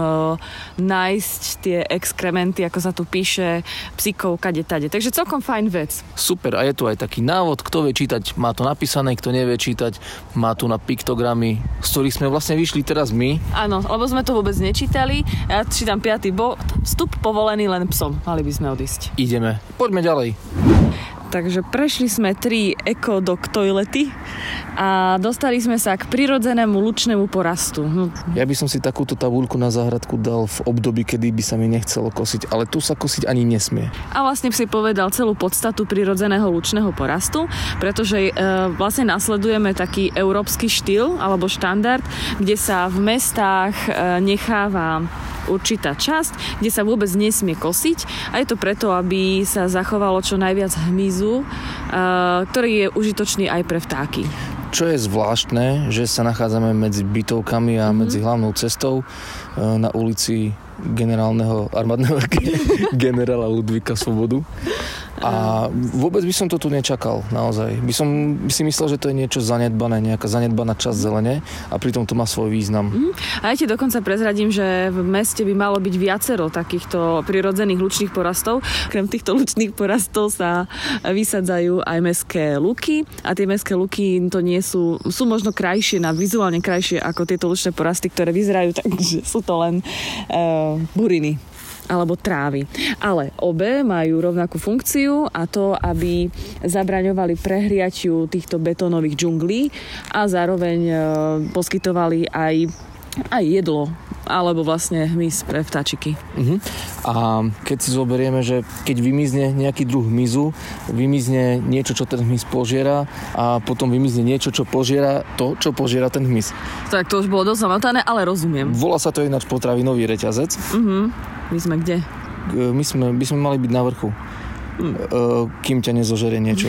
nájsť tie exkrementy, ako sa tu píše, psíkov kade tade. Takže celkom fajn vec. Super, a je tu aj taký návod, kto vie čítať, má to napísané, kto nevie čítať, má tu na piktogramy, z ktorých sme vlastne vyšli teraz my. Áno, lebo sme to vôbec nečítali. Ja čítam piaty bod. Vstup povolený len psom. Mali by sme odísť. Ideme. Poďme ďalej. Takže prešli sme tri Eco Dog Toilety a dostali sme sa k prirodzenému lučnému porastu. No. Ja by som si takúto tabuľku na záhradku dal v období, kedy by sa mi nechcelo kosiť, ale tu sa kosiť ani nesmie. A vlastne si povedal celú podstatu prirodzeného lučného porastu, pretože e, vlastne nasledujeme taký európsky štýl alebo štandard, kde sa v mestách e, necháva určitá časť, kde sa vôbec nesmie kosiť a je to preto, aby sa zachovalo čo najviac hmyzu, ktorý je užitočný aj pre vtáky. Čo je zvláštne, že sa nachádzame medzi bytovkami a mm-hmm. medzi hlavnou cestou na ulici generálneho armádneho generála Ludvíka Svobodu. A vôbec by som to tu nečakal, naozaj. By som by si myslel, že to je niečo zanedbané, nejaká zanedbaná časť zelene a pritom to má svoj význam. Mm. A ja ti dokonca prezradím, že v meste by malo byť viacero takýchto prirodzených lučných porastov. Krem týchto lučných porastov sa vysadzajú aj mestské luky a tie mestské luky to nie sú, sú možno krajšie, na vizuálne krajšie ako tieto lučné porasty, ktoré vyzerajú, takže sú to len uh, buriny alebo trávy. Ale obe majú rovnakú funkciu a to, aby zabraňovali prehriatiu týchto betónových džunglí a zároveň e, poskytovali aj, aj jedlo alebo vlastne hmyz pre vtáčiky. Uh-huh. A keď si zoberieme, že keď vymizne nejaký druh hmyzu, vymizne niečo, čo ten hmyz požiera a potom vymizne niečo, čo požiera to, čo požiera ten hmyz. Tak to už bolo dosť zamotané, ale rozumiem. Volá sa to ináč potravinový reťazec. Uh-huh. My sme kde? My sme, by sme mali byť na vrchu. Kým ťa nezožerie niečo.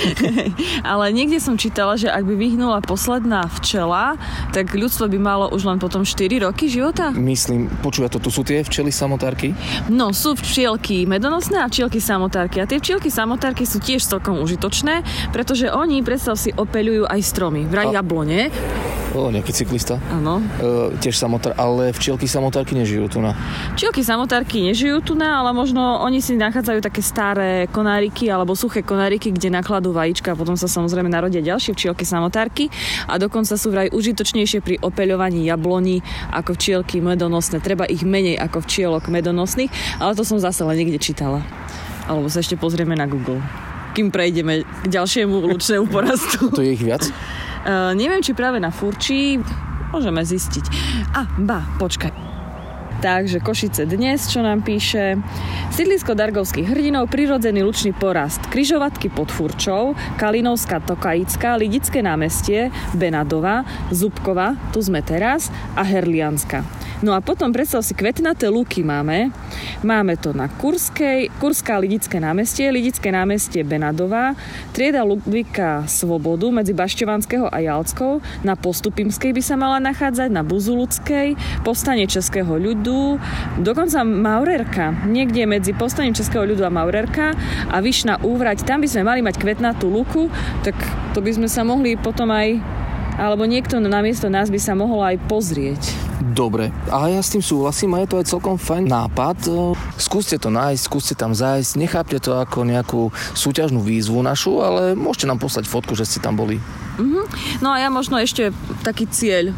Ale niekde som čítala, že ak by vyhnula posledná včela, tak ľudstvo by malo už len potom štyri roky života? Myslím, počuj, to tu sú tie včely samotárky? No, sú včielky medonosné a včielky samotárky. A tie včielky samotárky sú tiež celkom užitočné, pretože oni, predstav si, opeľujú aj stromy. Vraj a... jablone. O, nejaký cyklista. Áno. E, tiež samotár, ale včielky samotárky nežijú tu na. Včielky samotárky nežijú tu na, ale možno oni si nachádzajú také staré konáriky alebo suché konáriky, kde nakladú vajíčka a potom sa samozrejme narodia ďalšie včielky samotárky a dokonca sú vraj užitočnejšie pri opeľovaní jabloní ako včielky medonosné. Treba ich menej ako včielok medonosných, ale to som zase len niekde čítala. Alebo sa ešte pozrieme na Google. Kým prejdeme k ďalšiemu lučnému porastu. To je ich viac? Uh, neviem, či práve na Furčí môžeme zistiť. A, ba, počkaj. Takže Košice dnes, čo nám píše. Sídlisko Dargovských hrdinov, prirodzený lučný porast. Križovatky pod Furčou, Kalinovská Tokaická, Lidické námestie, Benadova, Zubkova, tu sme teraz, a Herlianska. No a potom predstav si, kvetnaté lúky máme. Máme to na Kurskej, Kurská Lidické námestie, Lidické námestie Benadová, trieda Ludvíka Svobodu medzi Bašťovanského a Jalckou, na Postupimskej by sa mala nachádzať, na Buzuluckej, Povstanie Českého ľudu, dokonca Maurerka, niekde medzi Povstaním Českého ľudu a Maurerka a Vyšná Úvrať, tam by sme mali mať kvetnatú lúku, tak to by sme sa mohli potom aj, alebo niekto namiesto nás by sa mohol aj pozrieť. Dobre, a ja s tým súhlasím a je to aj celkom fajn nápad. Skúste to nájsť, skúste tam zájsť, nechápte to ako nejakú súťažnú výzvu našu, ale môžete nám poslať fotku, že ste tam boli. Mm-hmm. No a ja možno ešte taký cieľ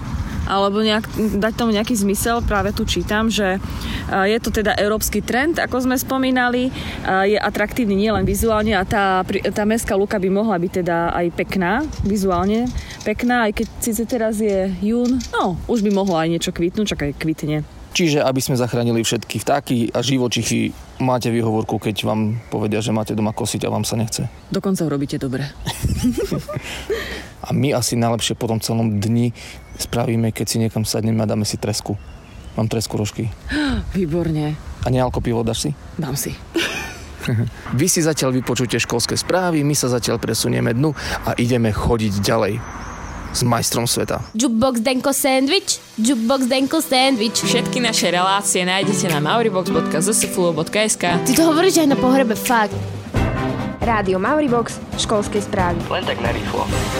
alebo nejak, dať tomu nejaký zmysel. Práve tu čítam, že je to teda európsky trend, ako sme spomínali, je atraktívny nielen vizuálne a tá, tá mestská lúka by mohla byť teda aj pekná, vizuálne pekná, aj keď síce teraz je jún, no už by mohlo aj niečo kvitnúť, čak aj kvitne. Čiže aby sme zachránili všetky vtáky a živočichy, máte výhovorku, keď vám povedia, že máte doma kosiť a vám sa nechce. Dokonca urobíte dobre. A my asi najlepšie po tom celom dni spravíme, keď si niekam sadneme a dáme si tresku. Mám tresku rožky. Výborne. A nealko pivo dáš si? Dám si. Vy si zatiaľ vypočujte školské správy, my sa zatiaľ presunieme dnu a ideme chodiť ďalej s majstrom sveta. Jukebox Denko Sandwich, Jukebox Denko Sandwich. Všetky naše relácie nájdete na mauribox bodka zet es ef u bodka es ká. Ty to hovoríš aj na pohrebe, fakt. Rádio Mauribox, školské správy. Len tak narýchlo.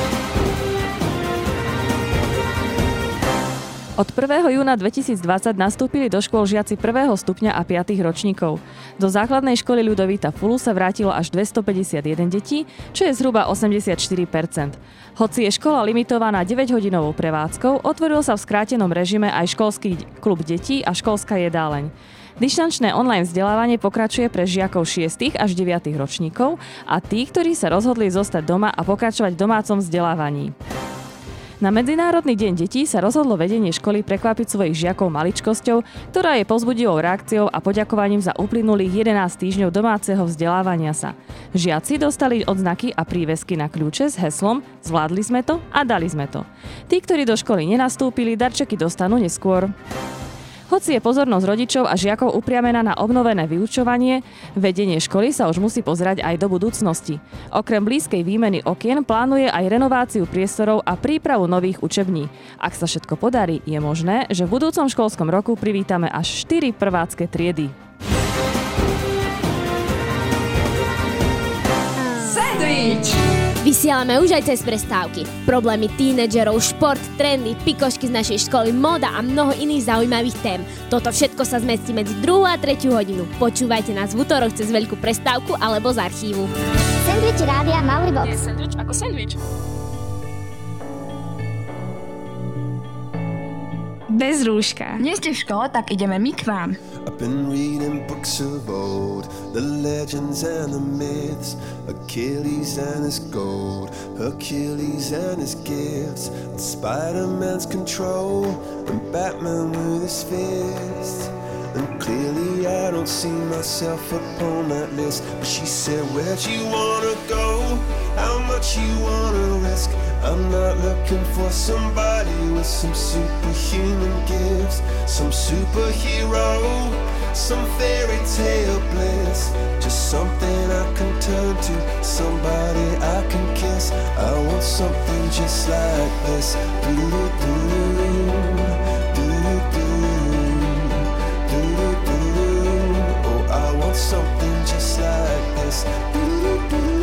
Od prvého júna dvetisícdvadsať nastúpili do škôl žiaci prvého stupňa a piatych ročníkov. Do základnej školy Ľudovíta Fulu sa vrátilo až dvestopäťdesiatjeden detí, čo je zhruba osemdesiatštyri percent. Hoci je škola limitovaná deväťhodinovou prevádzkou, otvoril sa v skrátenom režime aj školský klub detí a školská jedáleň. Dištančné online vzdelávanie pokračuje pre žiakov šiestych až deviatych ročníkov a tých, ktorí sa rozhodli zostať doma a pokračovať v domácom vzdelávaní. Na Medzinárodný deň detí sa rozhodlo vedenie školy prekvapiť svojich žiakov maličkosťou, ktorá je povzbudivou reakciou a poďakovaním za uplynulých jedenásť týždňov domáceho vzdelávania sa. Žiaci dostali odznaky a prívesky na kľúče s heslom "Zvládli sme to a dali sme to". Tí, ktorí do školy nenastúpili, darčeky dostanú neskôr. Hoci je pozornosť rodičov a žiakov upriamená na obnovené vyučovanie, vedenie školy sa už musí pozerať aj do budúcnosti. Okrem blízkej výmeny okien plánuje aj renováciu priestorov a prípravu nových učební. Ak sa všetko podarí, je možné, že v budúcom školskom roku privítame až štyri prvácké triedy. Sandwich! Vysielame už aj cez prestávky. Problémy tínedžerov, šport, trendy, pikošky z našej školy, móda a mnoho iných zaujímavých tém. Toto všetko sa zmestí medzi druhú a tretiu hodinu. Počúvajte nás v útorok cez veľkú prestávku alebo z archívu. Sandwich Rádia Mauribox. Je sandwich ako sandwich. Bez rúška. Nie ste v škole, tak ideme my k vám. I've been reading books of old, the legends and the myths, Achilles and his gold, Hercules and his gifts, and Spider-Man's control, and Batman with his fists. And clearly I don't see myself upon that list. But she said, where'd you wanna go? How much you wanna risk? I'm not looking for somebody with some superhuman gifts, some superhero, some fairy tale bliss. Just something I can turn to, somebody I can kiss. I want something just like this. Do-do-do, do-do-do, do-do-do. Oh, I want something just like this. Do-do-do.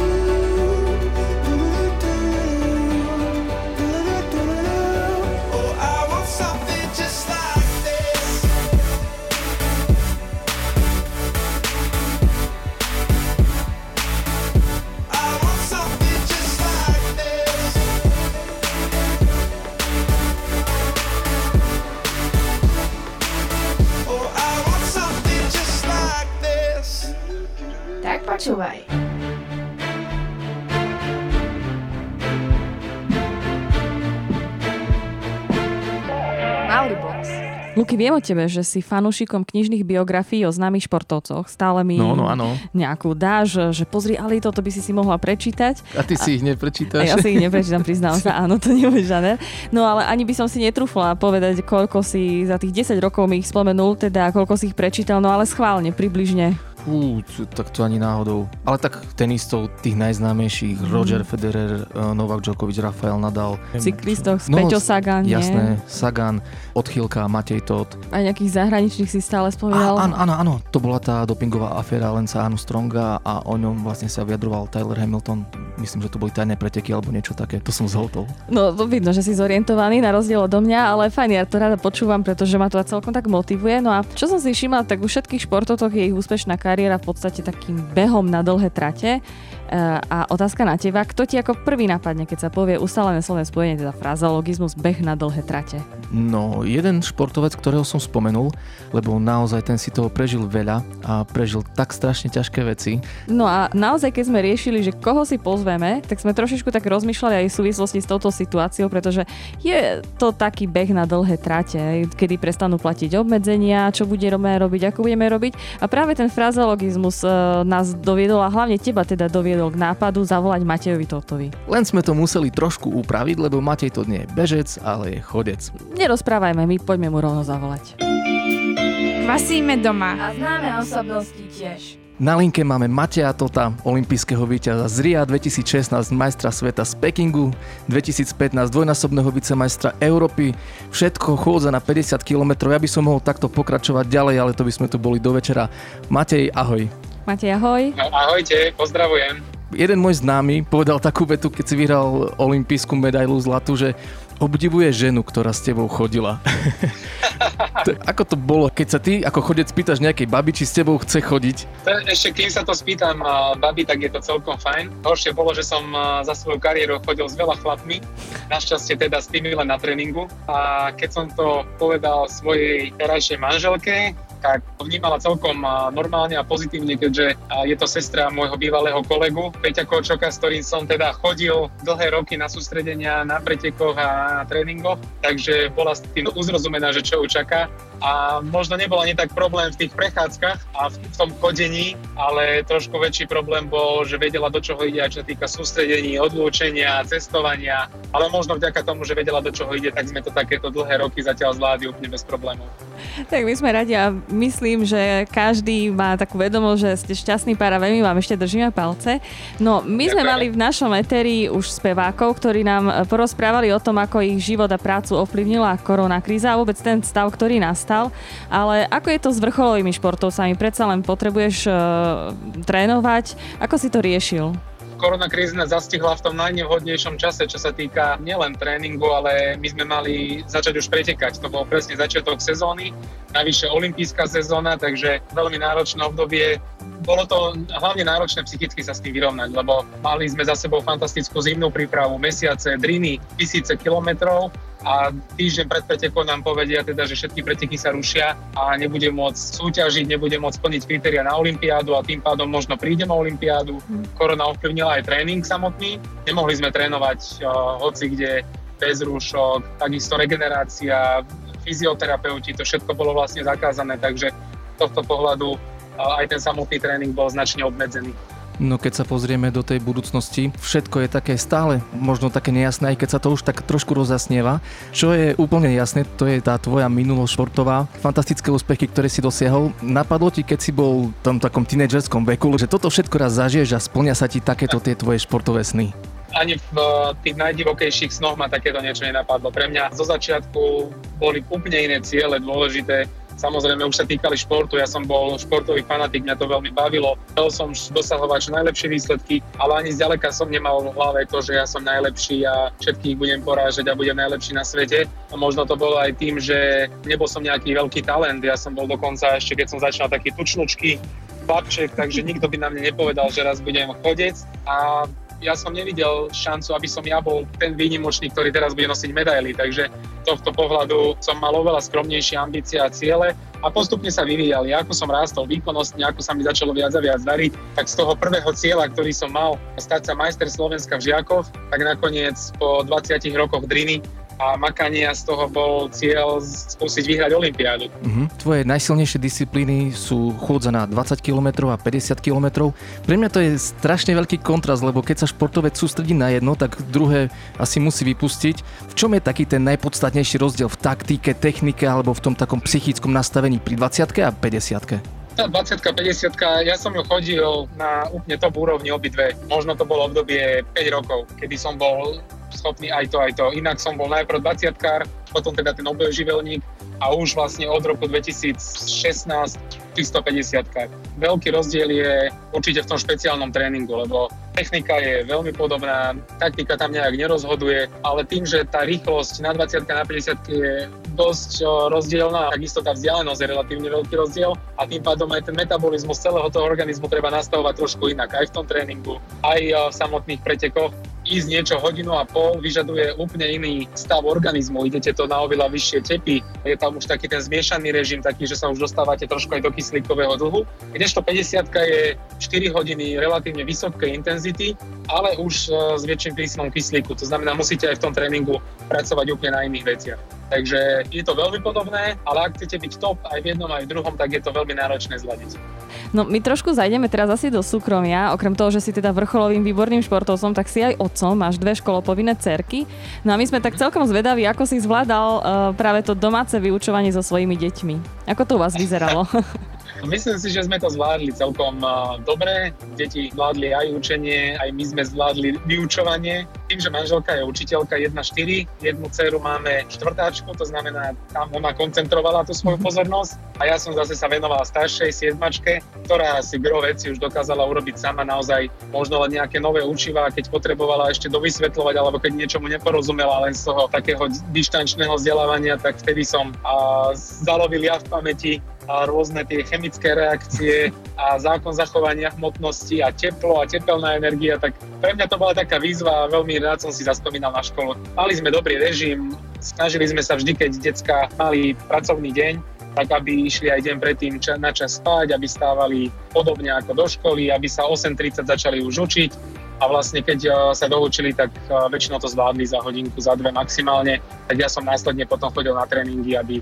Počúvaj. Mauribox. Luky, viem o tebe, že si fanúšikom knižných biografií o známych športovcoch. Stále mi no, no, áno. nejakú dáš, že pozri, ale toto by si si mohla prečítať. A ty si a... ich neprečítaš? Ja si ich neprečítam, priznám sa, áno, to nebude žaner. No ale ani by som si netrúfla povedať, koľko si za tých desať rokov mi ich spomenul, teda koľko si ich prečítal, no ale schválne, približne. Fú, tak to ani náhodou. Ale tak tenistov, tých najznámejších, mm. Roger Federer, Novak Djokovic, Rafael Nadal. Cyklistoch, no, Peťo Sagan, nie? Jasné, Sagan, Odchýlka, Matej Todt. Aj nejakých zahraničných si stále spomínal. Áno, áno, áno. To bola tá dopingová aféra Lenca Armstronga a o ňom vlastne sa vyjadroval Tyler Hamilton. Myslím, že to boli tajné preteky alebo niečo také. To som zhltol. No, to vidno, že si zorientovaný na rozdiel odo mňa, ale fajn, ja to rada počúvam, pretože ma to celkom tak motivuje. No a čo som si všimla, tak u všetkých športotoch je ich úspešná kariéra v podstate takým behom na dlhé trate. A otázka na teba, kto ti ako prvý napadne, keď sa povie ustálené slovné spojenie, teda frazeologizmus, beh na dlhé trate? No, jeden športovec, ktorého som spomenul, lebo naozaj ten si toho prežil veľa a prežil tak strašne ťažké veci. No a naozaj, keď sme riešili, že koho si pozveme, tak sme trošičku tak rozmýšľali aj v súvislosti s touto situáciou, pretože je to taký beh na dlhé trate, kedy prestanú platiť obmedzenia, čo budeme robiť, ako budeme robiť. A práve ten frazeologizmus e, nás doviedol a hlavne teba teda doviedol k nápadu zavolať Matejovi Totovi. Len sme to museli trošku upraviť, lebo Matej to nie je bežec, ale je chodec. Nerozprávajme, my poďme mu rovno zavolať. Kvasíme doma. A známe osobnosti tiež. Na linke máme Mateja Tota, olympijského víťaza z Ria dvetisícšestnásť, majstra sveta z Pekingu dvetisícpätnásť, dvojnásobného vicemajstra Európy. Všetko chôdza na päťdesiat kilometrov. Ja by som mohol takto pokračovať ďalej, ale to by sme tu boli do večera. Matej, ahoj. Matej, ahoj. No, ahojte, pozdravujem. Jeden môj známy povedal takú vetu, keď si vyhral olympijskú medailu zlatú, že obdivuje ženu, ktorá s tebou chodila. Ako to bolo, keď sa ty ako chodec pýtaš nejakej babi, či s tebou chce chodiť? To, ešte kým sa to spýtam uh, babi, tak je to celkom fajn. Horšie bolo, že som uh, za svoju kariéru chodil s veľa chlapmi, našťastie teda s tými len na tréningu. A keď som to povedal svojej terajšej manželke, tak vnímala celkom normálne a pozitívne, keďže je to sestra môjho bývalého kolegu Peťa Korčoka, s ktorým som teda chodil dlhé roky na sústredenia, na pretekoch a na tréningoch, takže bola s tým uzrozumená, že čo ju čaká. A možno nebol ani tak problém v tých prechádzkach a v tom chodení, ale trošku väčší problém bol, že vedela, do čoho ide, čo sa týka sústredení, odlúčenia, cestovania, ale možno vďaka tomu, že vedela, do čoho ide, tak sme to takéto dlhé roky zatiaľ zvládli úplne bez problémov. Tak my sme radi a myslím, že každý má takú vedomosť, že ste šťastný pár a veľmi vám ešte držíme palce. No, my Ďakujem. Sme mali v našom éteri už spevákov, ktorí nám porozprávali o tom, ako ich život a prácu ovplyvnila koronakríza a vôbec ten stav, ktorý nastal. Ale ako je to s vrcholovými športovcami? Predsa len potrebuješ uh, trénovať. Ako si to riešil? Koronakríza nás zastihla v tom najnevhodnejšom čase, čo sa týka nielen tréningu, ale my sme mali začať už pretekať. To bol presne začiatok sezóny, navyše olympijská sezóna, takže veľmi náročné obdobie. Bolo to hlavne náročné psychicky sa s tým vyrovnať, lebo mali sme za sebou fantastickú zimnú prípravu, mesiace, driny, tisíce kilometrov a týždeň pred pretekom nám povedia teda, že všetky preteky sa rušia a nebudem môcť súťažiť, nebudem môcť splniť kritéria na olympiádu a tým pádom možno prídem na olympiádu. Korona ovplyvnila aj tréning samotný. Nemohli sme trénovať uh, hoci kde bez rúšok, takisto regenerácia, fyzioterapeuti, to všetko bolo vlastne zakázané, takže z tohto pohľadu aj ten samotný tréning bol značne obmedzený. No keď sa pozrieme do tej budúcnosti, všetko je také stále možno také nejasné, aj keď sa to už tak trošku rozjasnieva. Čo je úplne jasné, to je tá tvoja minulosť športová, fantastické úspechy, ktoré si dosiahol. Napadlo ti, keď si bol v tom takom tínedžerskom veku, že toto všetko raz zažiješ a splnia sa ti takéto tie tvoje športové sny? Ani v tých najdivokejších snoch ma takéto niečo nenapadlo. Pre mňa zo začiatku boli úplne iné ciele dôležité. Samozrejme už sa týkali športu, ja som bol športový fanatik, mňa to veľmi bavilo. Chcel som dosahovať čo najlepšie výsledky, ale ani zďaleka som nemal v hlave to, že ja som najlepší a všetkých budem porážať a budem najlepší na svete. A možno to bolo aj tým, že nebol som nejaký veľký talent, ja som bol dokonca ešte, keď som začal taký tučnočky, chlapček, takže nikto by na mne nepovedal, že raz budem chodec a ja som nevidel šancu, aby som ja bol ten výnimočný, ktorý teraz bude nosiť medaily, takže z tohto pohľadu som mal oveľa skromnejšie ambície a ciele a postupne sa vyvíjali. Ako som rástol výkonnostne, ako sa mi začalo viac a viac dariť, tak z toho prvého cieľa, ktorý som mal, stať sa majster Slovenska v žiakoch, tak nakoniec po dvadsiatich rokoch driny a makania z toho bol cieľ skúsiť vyhrať olympiádu. Uh-huh. Tvoje najsilnejšie disciplíny sú chôdza na dvadsať kilometrov a päťdesiat kilometrov. Pre mňa to je strašne veľký kontrast, lebo keď sa športovec sústredí na jedno, tak druhé asi musí vypustiť. V čom je taký ten najpodstatnejší rozdiel v taktike, technike alebo v tom takom psychickom nastavení pri dvadsiatke a päťdesiatke? Tá dvadsiatka, päťdesiatka, ja som ju chodil na úplne top úrovni obidve. Možno to bolo obdobie päť rokov, kedy som bol schopný aj to, aj to. Inak som bol najprv dvadsiatkár, potom teda ten obojživelník a už vlastne od roku dvetisícšestnásť tristopäťdesiatkár. Veľký rozdiel je určite v tom špeciálnom tréningu, lebo technika je veľmi podobná, taktika tam nejak nerozhoduje, ale tým, že tá rýchlosť na dvadsiatke, na päťdesiatke je dosť rozdielna, takisto tá vzdialenosť je relatívne veľký rozdiel a tým pádom aj ten metabolizmus celého toho organizmu treba nastavovať trošku inak, aj v tom tréningu, aj v samotných pretekoch. Ísť niečo hodinu a pol vyžaduje úplne iný stav organizmu, idete to na oveľa vyššie tepy, je tam už taký ten zmiešaný režim, taký, že sa už dostávate trošku aj do kyslíkového dlhu, kdežto päťdesiatka je štyri hodiny relatívne vysokej intenzity, ale už s väčším prísnom kyslíku, to znamená, musíte aj v tom tréningu pracovať úplne na iných veciach. Takže je to veľmi podobné, ale ak chcete byť top aj v jednom, aj v druhom, tak je to veľmi náročné zladiť. No my trošku zajdeme teraz asi do súkromia, okrem toho, že si teda vrcholovým výborným športovcom, tak si aj otcom, máš dve školopovinné dcerky. No a my sme tak celkom zvedaví, ako si zvládal uh, práve to domáce vyučovanie so svojimi deťmi. Ako to u vás vyzeralo? Myslím si, že sme to zvládli celkom uh, dobre. Deti zvládli aj učenie, aj my sme zvládli vyučovanie. Tým, že manželka je učiteľka jedna štyri, jednu dceru máme štvrtáčku, to znamená, tam ona koncentrovala tú svoju pozornosť a ja som zase sa venoval staršej siedmačke, ktorá si gro veci už dokázala urobiť sama, naozaj možno len nejaké nové učivá, keď potrebovala ešte dovysvetľovať alebo keď niečomu neporozumela len z toho takého dištančného vzdelávania, tak vtedy som uh, zalovil ja v pamäti a rôzne tie chemické reakcie a zákon zachovania hmotnosti a teplo a tepelná energia, tak pre mňa to bola taká výzva a veľmi rád som si zaspomínal na školu. Mali sme dobrý režim, snažili sme sa vždy, keď decká mali pracovný deň, tak aby išli aj deň predtým na čas spať, aby stávali podobne ako do školy, aby sa osem tridsať začali už učiť a vlastne keď sa doučili, tak väčšinou to zvládli za hodinku, za dve maximálne, tak ja som následne potom chodil na tréningy, aby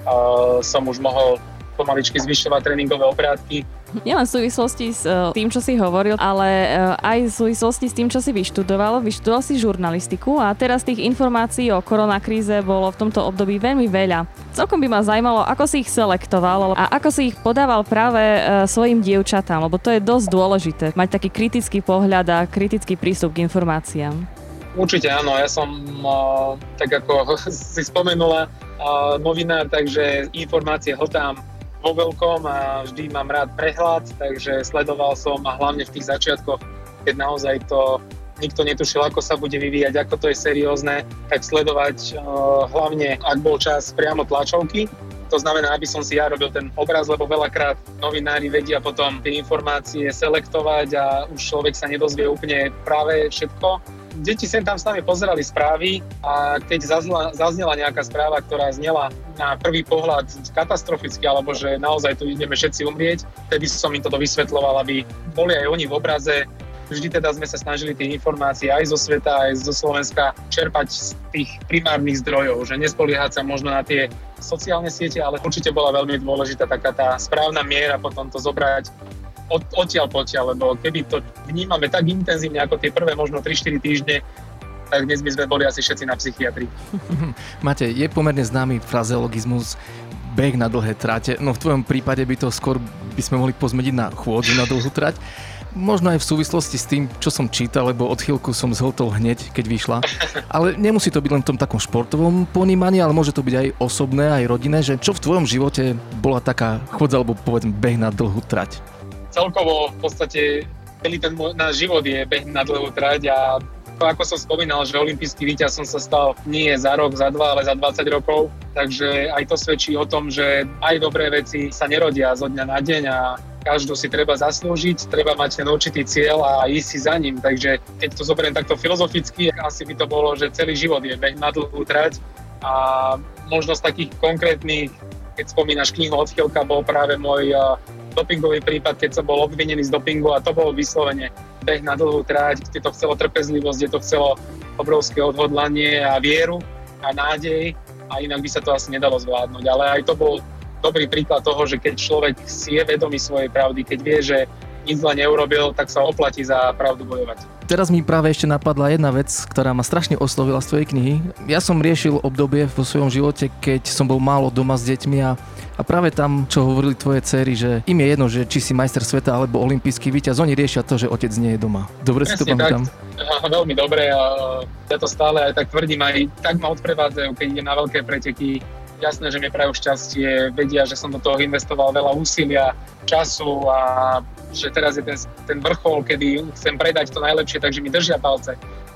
som už mohol pomaličky zvyšovať tréningové obrátky. Nielen v súvislosti s uh, tým, čo si hovoril, ale uh, aj v súvislosti s tým, čo si vyštudoval. Vyštudoval si žurnalistiku a teraz tých informácií o koronakríze bolo v tomto období veľmi veľa. Celkom by ma zaujímalo, ako si ich selektoval a ako si ich podával práve uh, svojim dievčatám, lebo to je dosť dôležité, mať taký kritický pohľad a kritický prístup k informáciám. Určite áno, ja som, uh, tak ako si spomenula, uh, novinár, takže informácie hltám vo veľkom a vždy mám rád prehľad, takže sledoval som a hlavne v tých začiatkoch, keď naozaj to nikto netušil, ako sa bude vyvíjať, ako to je seriózne, tak sledovať uh, hlavne, ak bol čas, priamo tlačovky. To znamená, aby som si ja robil ten obraz, lebo veľakrát novinári vedia potom tie informácie selektovať a už človek sa nedozvie úplne práve všetko. Deti sem tam s nami pozerali správy a keď zaznela, zaznela nejaká správa, ktorá znela na prvý pohľad katastroficky, alebo že naozaj tu ideme všetci umrieť, vtedy som im toto vysvetľoval, aby boli aj oni v obraze. Vždy teda sme sa snažili tie informácie aj zo sveta, aj zo Slovenska čerpať z tých primárnych zdrojov, že nespoliehať sa možno na tie sociálne siete, ale určite bola veľmi dôležitá taká tá správna miera potom to zobrať od, odtiaľ potiaľ, lebo keby to vnímame tak intenzívne ako tie prvé možno tri štyri týždne, tak dnes by sme boli asi všetci na psychiatrii. Matej, je pomerne známy frazeologizmus beh na dlhé trate, no v tvojom prípade by to skôr by sme mohli pozmeniť na chôdzu na dlhú trať. Možno aj v súvislosti s tým, čo som čítal, lebo odchýlku som zhltol hneď, keď vyšla. Ale nemusí to byť len v tom takom športovom ponímaní, ale môže to byť aj osobné, aj rodinné, že čo v tvojom živote bola taká chôdza, alebo povedzme beh na dlhú trať? Celkovo v podstate celý ten náš život je beh na dlhú trať a ako som spomínal, že olympijský víťaz som sa stal nie za rok, za dva, ale za dvadsať rokov, takže aj to svedčí o tom, že aj dobré veci sa nerodia zo dňa na deň a každú si treba zaslúžiť, treba mať ten určitý cieľ a ísť si za ním, takže keď to zoberiem takto filozoficky, asi by to bolo, že celý život je beh na dlhú trať a možno z takých konkrétnych, keď spomínaš knihu Odchýlka, bol práve môj dopingový prípad, keď som bol obvinený z dopingu a to bolo vyslovene beh na dlhú trať, kde to chcelo trpezlivosť, kde to chcelo obrovské odhodlanie a vieru a nádej a inak by sa to asi nedalo zvládnuť, ale aj to bol dobrý príklad toho, že keď človek si je vedomý svojej pravdy, keď vie, že nič zle neurobil, tak sa oplatí za pravdu bojovať. Teraz mi práve ešte napadla jedna vec, ktorá ma strašne oslovila z tvojej knihy. Ja som riešil obdobie vo svojom živote, keď som bol málo doma s deťmi a, a práve tam, čo hovorili tvoje dcery, že im je jedno, že či si majster sveta alebo olympijský víťaz, oni riešia to, že otec nie je doma. Dobre si to pamätám? Tak, veľmi dobre a ja to stále aj tak tvrdím, aj tak ma odprevádzajú, keď idem na veľké preteky. Jasné, že mi prajú šťastie, vedia, že som do toho investoval veľa úsilia, času a že teraz je ten, ten vrchol, kedy chcem predať to najlepšie, takže mi držia palce.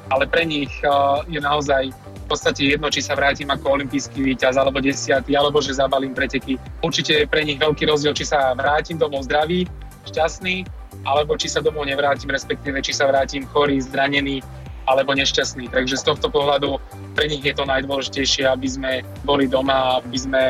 ale pre nich uh, je naozaj v podstate jedno, či sa vrátim ako olympijský víťaz, alebo desiatý, alebo že zabalím preteky. Určite je pre nich veľký rozdiel, či sa vrátim domov zdravý, šťastný, alebo či sa domov nevrátim, respektíve či sa vrátim chorý, zranený, alebo nešťastný. Takže z tohto pohľadu pre nich je to najdôležitejšie, aby sme boli doma, aby sme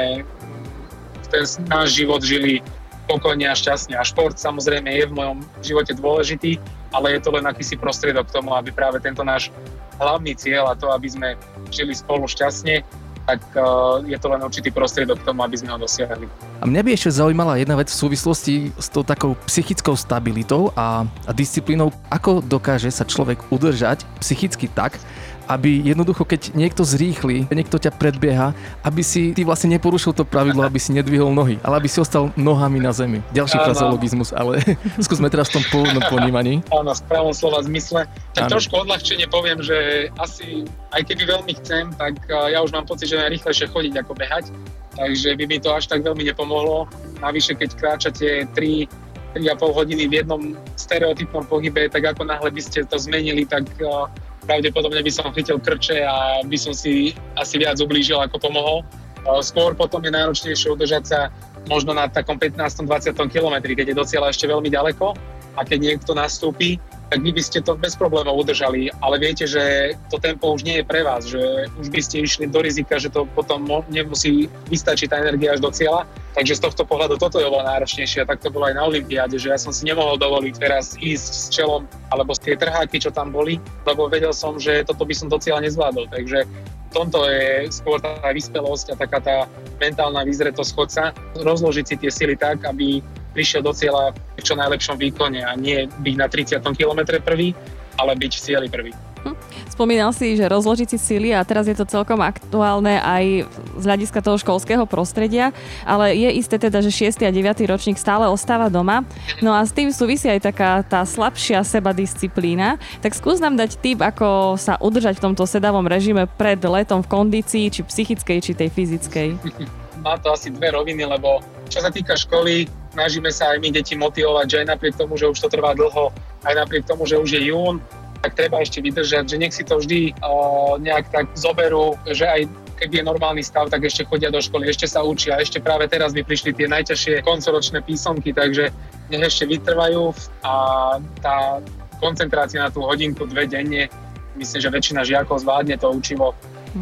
ten náš život žili spokojne a šťastne. A šport samozrejme je v mojom živote dôležitý, ale je to len akýsi prostriedok k tomu, aby práve tento náš hlavný cieľ a to, aby sme žili spolu šťastne, tak uh, je to len určitý prostriedok k tomu, aby sme ho dosiahli. A mňa by ešte zaujímala jedna vec v súvislosti s tou takou psychickou stabilitou a, a disciplínou. Ako dokáže sa človek udržať psychicky tak, aby jednoducho, keď niekto zrýchli, niekto ťa predbieha, aby si ty vlastne neporušil to pravidlo, aby si nedvihol nohy, ale aby si ostal nohami na zemi. Ďalší frazeologizmus, ale skúsme teraz v tom pôvodnom ponímaní. Áno, v pravom slova zmysle. Tak ano. Trošku odľahčenie poviem, že asi, aj keby veľmi chcem, tak ja už mám pocit, že najrýchlejšie chodiť ako behať, takže by mi to až tak veľmi nepomohlo. Navyše, keď kráčate tri tri a pol hodiny v jednom stereotypnom pohybe, tak ako náhle by ste to zmenili, tak pravdepodobne by som chytil krče a by som si asi viac ublížil, ako pomohol. Skôr potom je náročnejšie udržať sa možno na takom pätnástom dvadsiatom kilometri, keď je do cieľa ešte veľmi ďaleko a keď niekto nastúpi, tak vy by ste to bez problémov udržali, ale viete, že to tempo už nie je pre vás, že už by ste išli do rizika, že to potom nemusí vystačiť tá energia až do cieľa. Takže z tohto pohľadu toto je oveľa náročnejšie a tak to bolo aj na olympiáde, že ja som si nemohol dovoliť teraz ísť s čelom alebo z tie trháky, čo tam boli, lebo vedel som, že toto by som do cieľa nezvládol. Takže v tomto je skôr tá vyspelosť a taká tá mentálna vyzretosť chodca, rozložiť si tie sily tak, aby prišiel do cieľa v čo najlepšom výkone a nie byť na tridsiatom kilometre prvý, ale byť v cieli prvý. Hm. Spomínal si, že rozložiť si sily a teraz je to celkom aktuálne aj z hľadiska toho školského prostredia, ale je isté teda, že šiesty a deviaty ročník stále ostáva doma. No a s tým súvisí aj taká tá slabšia sebadisciplína. Tak skús nám dať tip, ako sa udržať v tomto sedavom režime pred letom v kondícii, či psychickej, či tej fyzickej. Má to asi dve roviny, lebo čo sa týka školy, snažíme sa aj my deti motivovať, že aj napriek tomu, že už to trvá dlho, aj napriek tomu, že už je jún, tak treba ešte vydržať, že nech si to vždy uh, nejak tak zoberú, že aj keby je normálny stav, tak ešte chodia do školy, ešte sa učia, ešte práve teraz by prišli tie najťažšie koncoročné písomky, takže nech ešte vytrvajú a tá koncentrácia na tú hodinku, dve denne, myslím, že väčšina žiakov zvládne to učivo.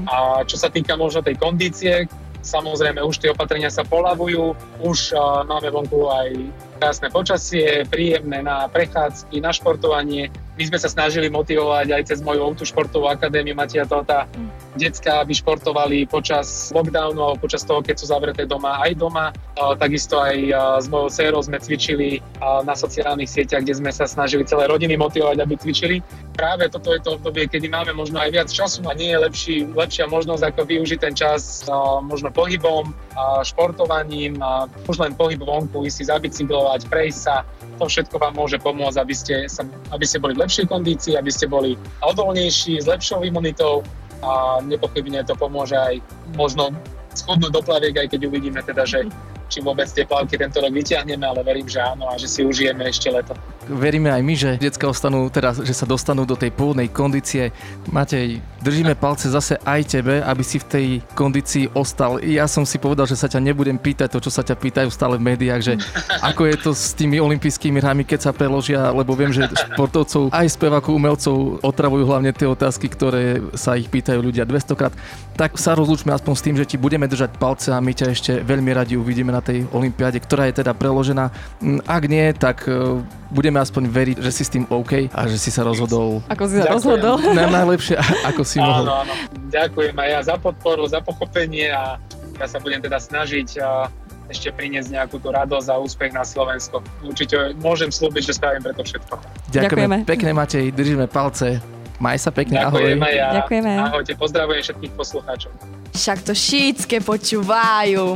A čo sa týka možno tej kondície, samozrejme už tie opatrenia sa poľavujú, už uh, máme vonku aj krásne počasie, príjemné na prechádzky, na športovanie. My sme sa snažili motivovať aj cez moju autošportovú akadémiu Mateja Tóta decká, aby športovali počas lockdownu alebo počas toho, keď sú zavreté doma, aj doma. Takisto aj s mojou dcérou sme cvičili na sociálnych sieťach, kde sme sa snažili celé rodiny motivovať, aby cvičili. Práve toto je to obdobie, kedy máme možno aj viac času a nie je lepší, lepšia možnosť, ako využiť ten čas možno pohybom, športovaním, už len pohyb vonku, si zabicyklovať, prejsť sa. To všetko vám môže pomôcť, aby ste, sa, aby ste boli v lepšej kondícii, aby ste boli odolnejší, s lepšou imunitou a nepochybne to pomôže aj možno schudnúť do plaviek, aj keď uvidíme teda, že či vôbec tie plavky tento rok vyťahneme, ale verím, že áno a že si užijeme ešte leto. Veríme aj my, že decká ostanú teraz, že sa dostanú do tej pôvodnej kondície. Matej, držíme palce zase aj tebe, aby si v tej kondícii ostal. Ja som si povedal, že sa ťa nebudem pýtať to, čo sa ťa pýtajú stále v médiách, že ako je to s tými olympijskými hrami, keď sa preložia, lebo viem, že športovcov aj spevákov, umelcov otravujú hlavne tie otázky, ktoré sa ich pýtajú ľudia dvestokrát. Tak sa rozlúčme aspoň s tým, že ti budeme držať palce a my ťa ešte veľmi radi uvidíme na tej olympiáde, ktorá je teda preložená. Ak nie, tak budeme aspoň veriť, že si s tým OK a že si sa rozhodol. Ako si sa rozhodol? Na najlepšie, ako si mohol. Áno, áno. Ďakujem aj ja za podporu, za pochopenie a ja sa budem teda snažiť a ešte priniesť nejakú tú radosť a úspech na Slovensko. Určite môžem slúbiť, že spravím preto všetko. Ďakujeme. Ďakujeme pekne, Matej, držíme palce. Maj sa pekne, ahoj. Ďakujeme ja. Ďakujeme. Ahojte, pozdravujem všetkých poslucháčov. Však to šítske počúvajú.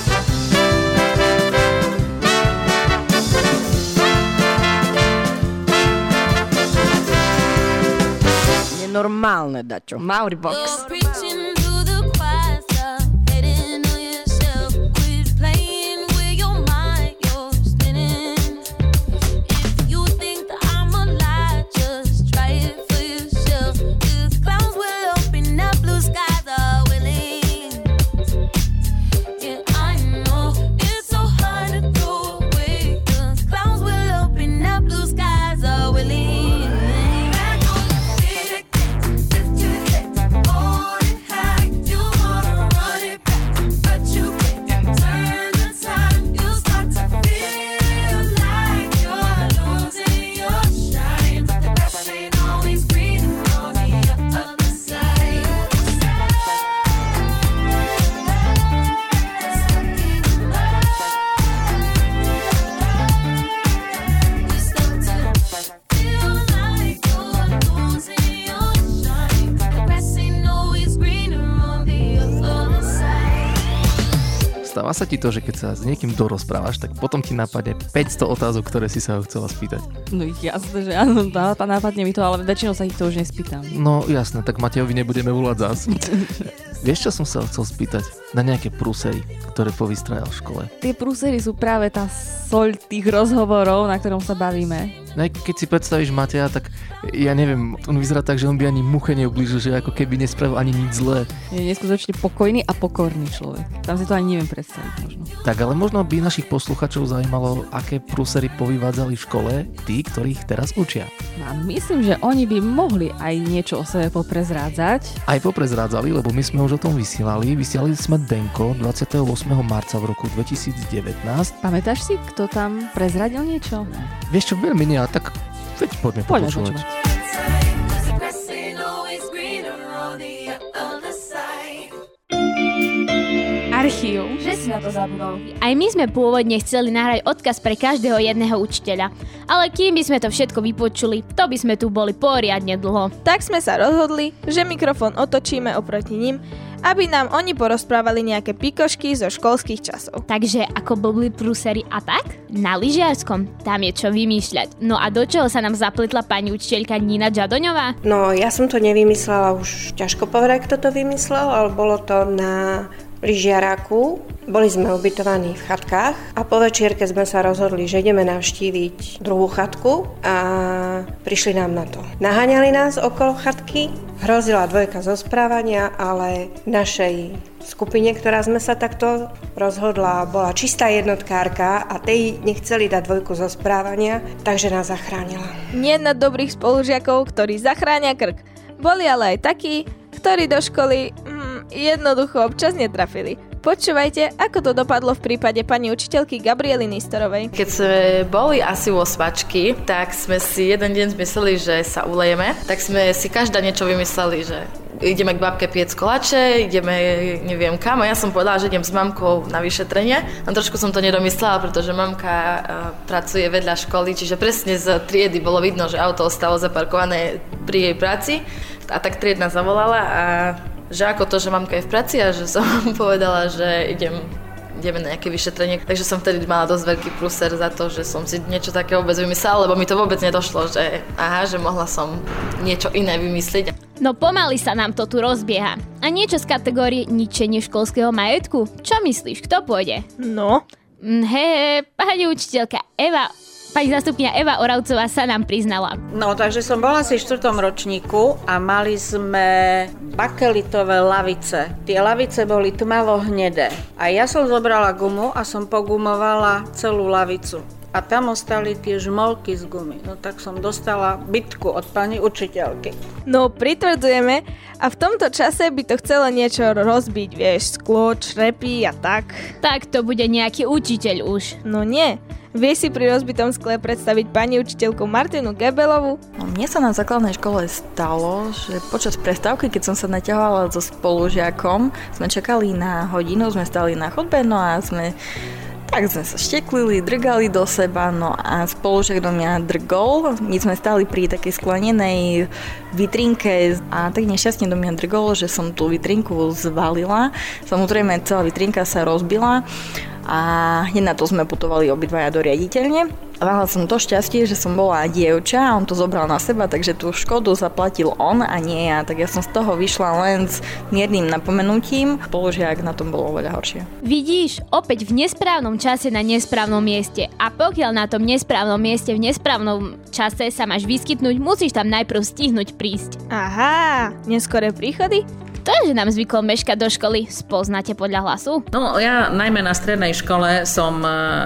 Normálne, dačo. Mauribox. If you think that I'm a lie, just try it for yourself. Stáva sa ti to, že keď sa s niekým dorozprávaš, tak potom ti napadne päťsto otázok, ktoré si sa ho chcela spýtať. No jasné, že áno, nápadne mi to, ale väčšinou sa ich to už nespýtam. No jasné, tak Matejovi nebudeme volať zás. Vieš, čo som sa chcel spýtať? Na nejaké prúsery, ktoré povystrajal v škole. Tie prúsery sú práve tá soľ tých rozhovorov, na ktorom sa bavíme. No keď si predstavíš Mateja, tak ja neviem, on vyzerá tak, že on by ani muche neublížil, že ako keby nespravil ani nič zlé. Je neskutočne pokojný a pokorný človek. Tam si to ani neviem predstaviť možno. Tak ale možno by našich posluchačov zaujímalo, aké prúsery povyvádzali v škole tí, ktorých teraz učia. No, myslím, že oni by mohli aj niečo o sebe poprezrádzať. Aj poprezrádzali, lebo my sme už o tom vysielali. Vysielali sme Denko dvadsiateho ôsmeho marca v roku dvetisícdevätnásť. Pamätáš si, kto tam prezradil niečo? Vieš čo, veľmi nie, ale tak veď poďme popočúvať. Archív. Že si na to zabudol. Aj my sme pôvodne chceli nahrať odkaz pre každého jedného učiteľa, ale kým by sme to všetko vypočuli, to by sme tu boli poriadne dlho. Tak sme sa rozhodli, že mikrofón otočíme oproti ním, aby nám oni porozprávali nejaké pikošky zo školských časov. Takže ako boli prúsery a tak? Na lyžiarskom, tam je čo vymýšľať. No a do čoho sa nám zapletla pani učiteľka Nina Džadoňová? No ja som to nevymyslela, už ťažko povedať, kto to vymyslel, ale bolo to na lyžiaraku. Boli sme ubytovaní v chatkách a po večierke sme sa rozhodli, že ideme navštíviť druhú chatku a prišli nám na to. Naháňali nás okolo chatky, hrozila dvojka zo správania, ale v našej skupine, ktorá sme sa takto rozhodla, bola čistá jednotkárka a tej nechceli dať dvojku zo správania, takže nás zachránila. Nie na dobrých spolužiakov, ktorí zachránia krk. Boli ale aj takí, ktorí do školy hm, jednoducho občas netrafili. Počúvajte, ako to dopadlo v prípade pani učiteľky Gabriely Nistorovej. Keď sme boli asi u osvačky, tak sme si jeden deň zmysleli, že sa ulejeme. Tak sme si každá niečo vymysleli, že ideme k babke piec koláče, ideme neviem kam. A ja som povedala, že idem s mamkou na vyšetrenie. A trošku som to nedomyslela, pretože mamka uh, pracuje vedľa školy, čiže presne z triedy bolo vidno, že auto ostalo zaparkované pri jej práci. A tak triedna zavolala a že ako to, že mamka je v práci a že som povedala, že idem, ideme na nejaké vyšetrenie. Takže som vtedy mala dosť veľký prúser za to, že som si niečo také vôbec vymyslela, lebo mi to vôbec nedošlo, že aha, že mohla som niečo iné vymyslieť. No pomaly sa nám to tu rozbieha. A niečo z kategórie ničenie školského majetku? Čo myslíš, kto pôjde? No? He, pani učiteľka Eva... Pani zástupkyňa Eva Oravcová sa nám priznala. No, takže som bola asi v štvrtom ročníku a mali sme bakelitové lavice. Tie lavice boli tmavo hnedé. A ja som zobrala gumu a som pogumovala celú lavicu. A tam ostali tie žmolky z gumy. No tak som dostala bitku od pani učiteľky. No, pritvrdzujeme. A v tomto čase by to chcelo niečo rozbiť, vieš, sklo, črepy a tak. Tak to bude nejaký učiteľ už. No nie. Vieš si pri rozbitom skle predstaviť pani učiteľku Martinu Gebelovú? No, mne sa na základnej škole stalo, že počas prestávky, keď som sa naťahovala so spolužiakom, sme čakali na hodinu, sme stali na chodbe, no a sme tak sme sa šteklili, drgali do seba, no a spolužiak do mňa drgol. My sme stali pri takej sklenenej vitrínke a tak nešťastne do mňa drgol, že som tú vitrínku zvalila. Samozrejme, celá vitrínka sa rozbila a hneď na to sme putovali obidvaja do riaditeľne. Mala som to šťastie, že som bola dievča a on to zobral na seba, takže tú škodu zaplatil on a nie ja. Tak ja som z toho vyšla len s miernym napomenutím. Spolužiak na tom bolo oveľa horšie. Vidíš, opäť v nesprávnom čase na nesprávnom mieste. A pokiaľ na tom nesprávnom mieste v nesprávnom čase sa máš vyskytnúť, musíš tam najprv stihnúť prísť. Aha, neskoré príchody? To je, že nám zvyklo meškať do školy, spoznáte podľa hlasu? No ja najmä na strednej škole som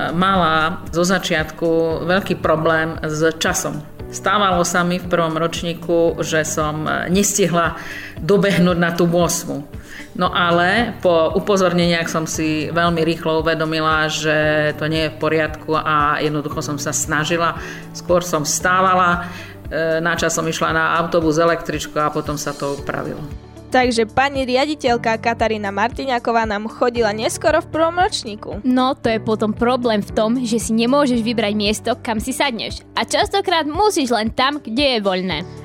mala zo začiatku veľký problém s časom. Stávalo sa mi v prvom ročníku, že som nestihla dobehnúť na tú ôsmu. No ale po upozorneniach som si veľmi rýchlo uvedomila, že to nie je v poriadku a jednoducho som sa snažila. Skôr som vstávala, na čas som išla na autobus, električku a potom sa to upravilo. Takže pani riaditeľka Katarína Martiňáková nám chodila neskoro v prvom ročníku. No, to je potom problém v tom, že si nemôžeš vybrať miesto, kam si sadneš. A častokrát musíš len tam, kde je voľné.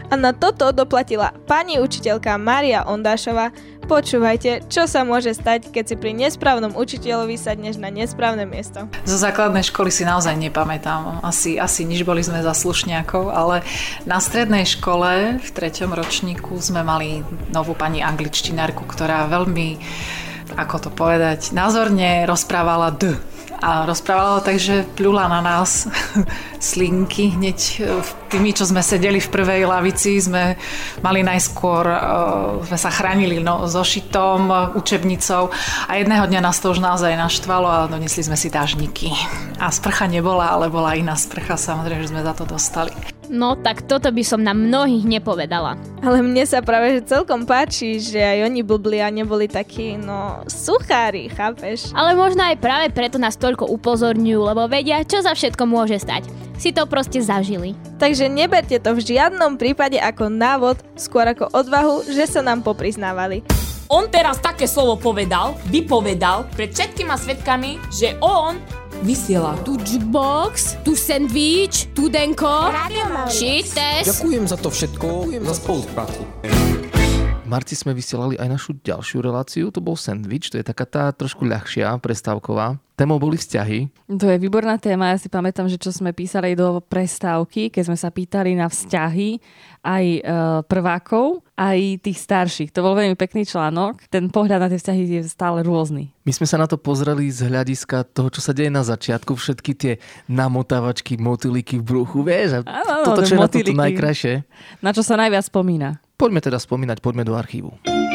A na toto doplatila pani učiteľka Mária Ondášová. Počúvajte, čo sa môže stať, keď si pri nesprávnom učiteľovi sadneš na nesprávne miesto. Zo základnej školy si naozaj nepamätám. Asi, asi nič, boli sme za slušniakov, ale na strednej škole v treťom ročníku sme mali novú pani angličtinárku, ktorá veľmi, ako to povedať, názorne rozprávala D. A rozprávala tak, že pľula na nás slinky hneď tými, čo sme sedeli v prvej lavici, sme mali najskôr, sme sa chránili no, zošitom, učebnicou a jedného dňa nás to už naozaj naštvalo a donesli sme si dážniky. A sprcha nebola, ale bola iná sprcha, samozrejme, že sme za to dostali. No, tak toto by som na mnohých nepovedala. Ale mne sa práve že celkom páči, že aj oni blbli a neboli takí, no, suchári, chápeš? Ale možno aj práve preto nás toľko upozorňujú, lebo vedia, čo za všetko môže stať. Si to proste zažili. Takže neberte to v žiadnom prípade ako návod, skôr ako odvahu, že sa nám popriznávali. On teraz také slovo povedal, vypovedal pred všetkými svedkami, že on vysiela. Tu jukebox, tu sandwich, tu denko, shit test. Ďakujem za to všetko, ďakujem za spoluprácu. V marci sme vysielali aj našu ďalšiu reláciu, to bol sandwich, to je taká tá trošku ľahšia, prestávková. Témou boli vzťahy. To je výborná téma, ja si pamätám, že čo sme písali do prestávky, keď sme sa pýtali na vzťahy aj e, prvákov, aj tých starších. To bol veľmi pekný článok, ten pohľad na tie vzťahy je stále rôzny. My sme sa na to pozreli z hľadiska toho, čo sa deje na začiatku, všetky tie namotávačky, motýliky v bruchu, vieš? A ano, toto, čo je na to najkrajšie. Na čo sa najviac spomína. Poďme teda spomínať, poďme do archívu.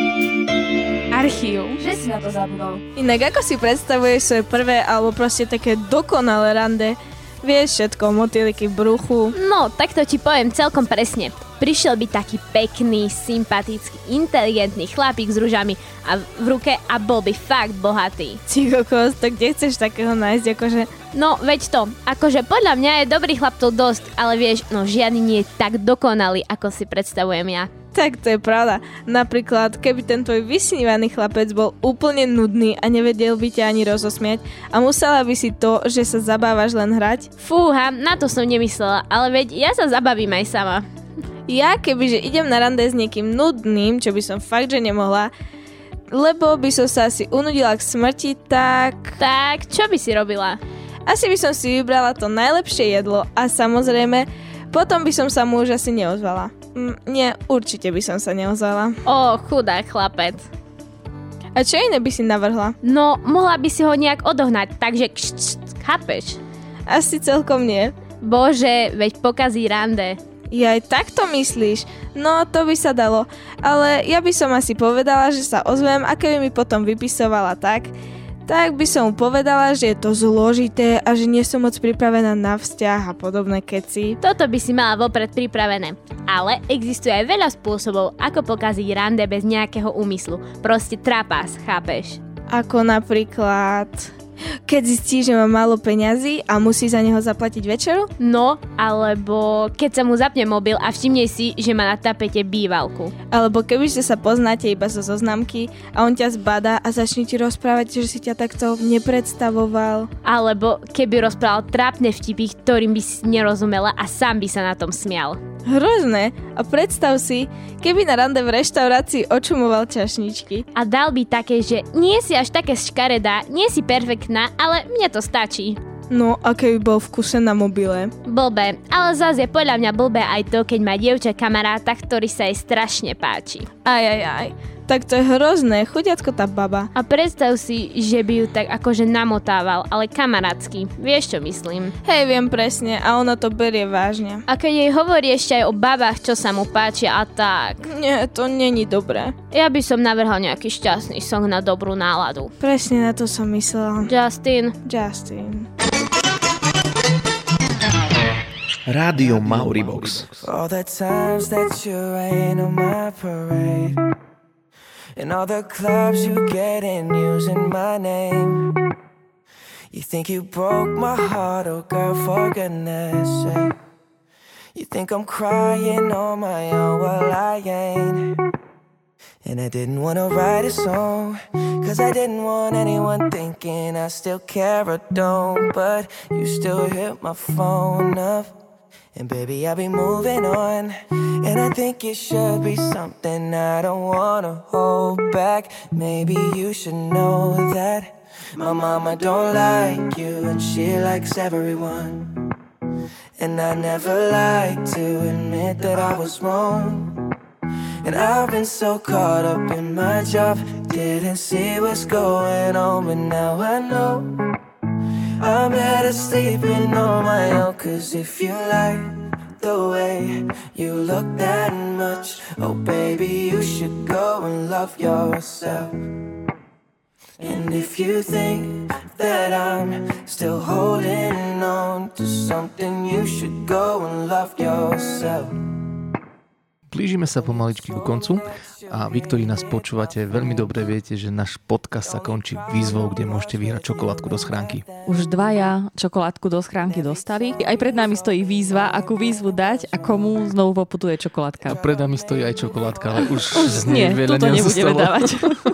Archív? Že si na to zabudol. Inak ako si predstavuješ svoje prvé alebo proste také dokonalé rande? Vieš všetko, motýliky v bruchu. No, tak to ti poviem celkom presne. Prišiel by taký pekný, sympatický, inteligentný chlapík s ružami a v ruke a bol by fakt bohatý. Ty kokos, to kde chceš takého nájsť, akože? No, veď to, akože podľa mňa je dobrý chlap to dosť, ale vieš, no žiadny nie je tak dokonalý, ako si predstavujem ja. Tak to je pravda. Napríklad, keby ten tvoj vysnívaný chlapec bol úplne nudný a nevedel by ťa ani rozosmiať a musela by si to, že sa zabávaš len hrať? Fúha, na to som nemyslela, ale veď ja sa zabavím aj sama. Ja kebyže idem na rande s niekým nudným, čo by som fakt, že nemohla, lebo by som sa asi unudila k smrti, tak... Tak, čo by si robila? Asi by som si vybrala to najlepšie jedlo a samozrejme, potom by som sa mu už asi neozvala. Mm, nie, určite by som sa neozvala. Ó, chudá chlapec. A čo iné by si navrhla? No, mohla by si ho nejak odohnať, takže kšt, kšt, chápeš? Asi celkom nie. Bože, veď pokazí rande. Jaj, tak to myslíš? No, to by sa dalo. Ale ja by som asi povedala, že sa ozvem a keby mi potom vypisovala tak, tak by som mu povedala, že je to zložité a že nie som moc pripravená na vzťah a podobné keci. Toto by si mala vopred pripravené. Ale existuje aj veľa spôsobov, ako pokaziť rande bez nejakého úmyslu. Proste trapas, chápeš? Ako napríklad... Keď zistí, že má málo peňazí a musí za neho zaplatiť večeru? No, alebo keď sa mu zapne mobil a všimne si, že má na tapete bývalku. Alebo kebyže sa poznáte iba zo zoznamky a on ťa zbadá a začne ti rozprávať, že si ťa takto nepredstavoval. Alebo keby rozprával trápne vtipy, ktorým by si nerozumela a sám by sa na tom smial. Hrozné. A predstav si, keby na rande v reštaurácii očumoval čašničky. A dal by také, že nie si až také škaredá, nie si perfektná, ale mne to stačí. No, a keby bol v kuse na mobile? Blbé, ale zase je podľa mňa blbé aj to, keď má dievča kamaráta, ktorý sa jej strašne páči. Aj, aj, aj. Tak to je hrozné, chudiatko tá baba. A predstav si, že by ju tak akože namotával, ale kamarátsky. Vieš, čo myslím? Hej, viem presne a ona to berie vážne. A keď jej hovorí ešte aj o babách, čo sa mu páčia a tak. Nie, to není dobré. Ja by som navrhol nejaký šťastný song na dobrú náladu. Presne na to som myslela. Justin. Justin. Rádio Mauribox. All the times that you rain on my parade, and all the clubs you get in using my name. You think you broke my heart, oh girl, for goodness sake. You think I'm crying on my own, well I ain't. And I didn't wanna write a song, cause I didn't want anyone thinking I still care or don't. But you still hit my phone up, And baby, I'll be moving on. And I think it should be something I don't wanna hold back. Maybe you should know that my mama don't like you and she likes everyone. And I never like to admit that I was wrong. And I've been so caught up in my job, didn't see what's going on, but now I know I'm better sleeping on my own. Cause if you like the way you look that much, oh baby, you should go and love yourself. And if you think that I'm still holding on to something, you should go and love yourself. Blížime sa pomaličky ku koncu a vy, ktorí nás počúvate, veľmi dobre viete, že náš podcast sa končí výzvou, kde môžete vyhrať čokoládku do schránky. Už dvaja čokoládku do schránky dostali. Aj pred nami stojí výzva, akú výzvu dať a komu znovu poputuje čokoládka. Pred nami stojí aj čokoládka, ale už, už z nie, nej veľa toto nebudeme dávať.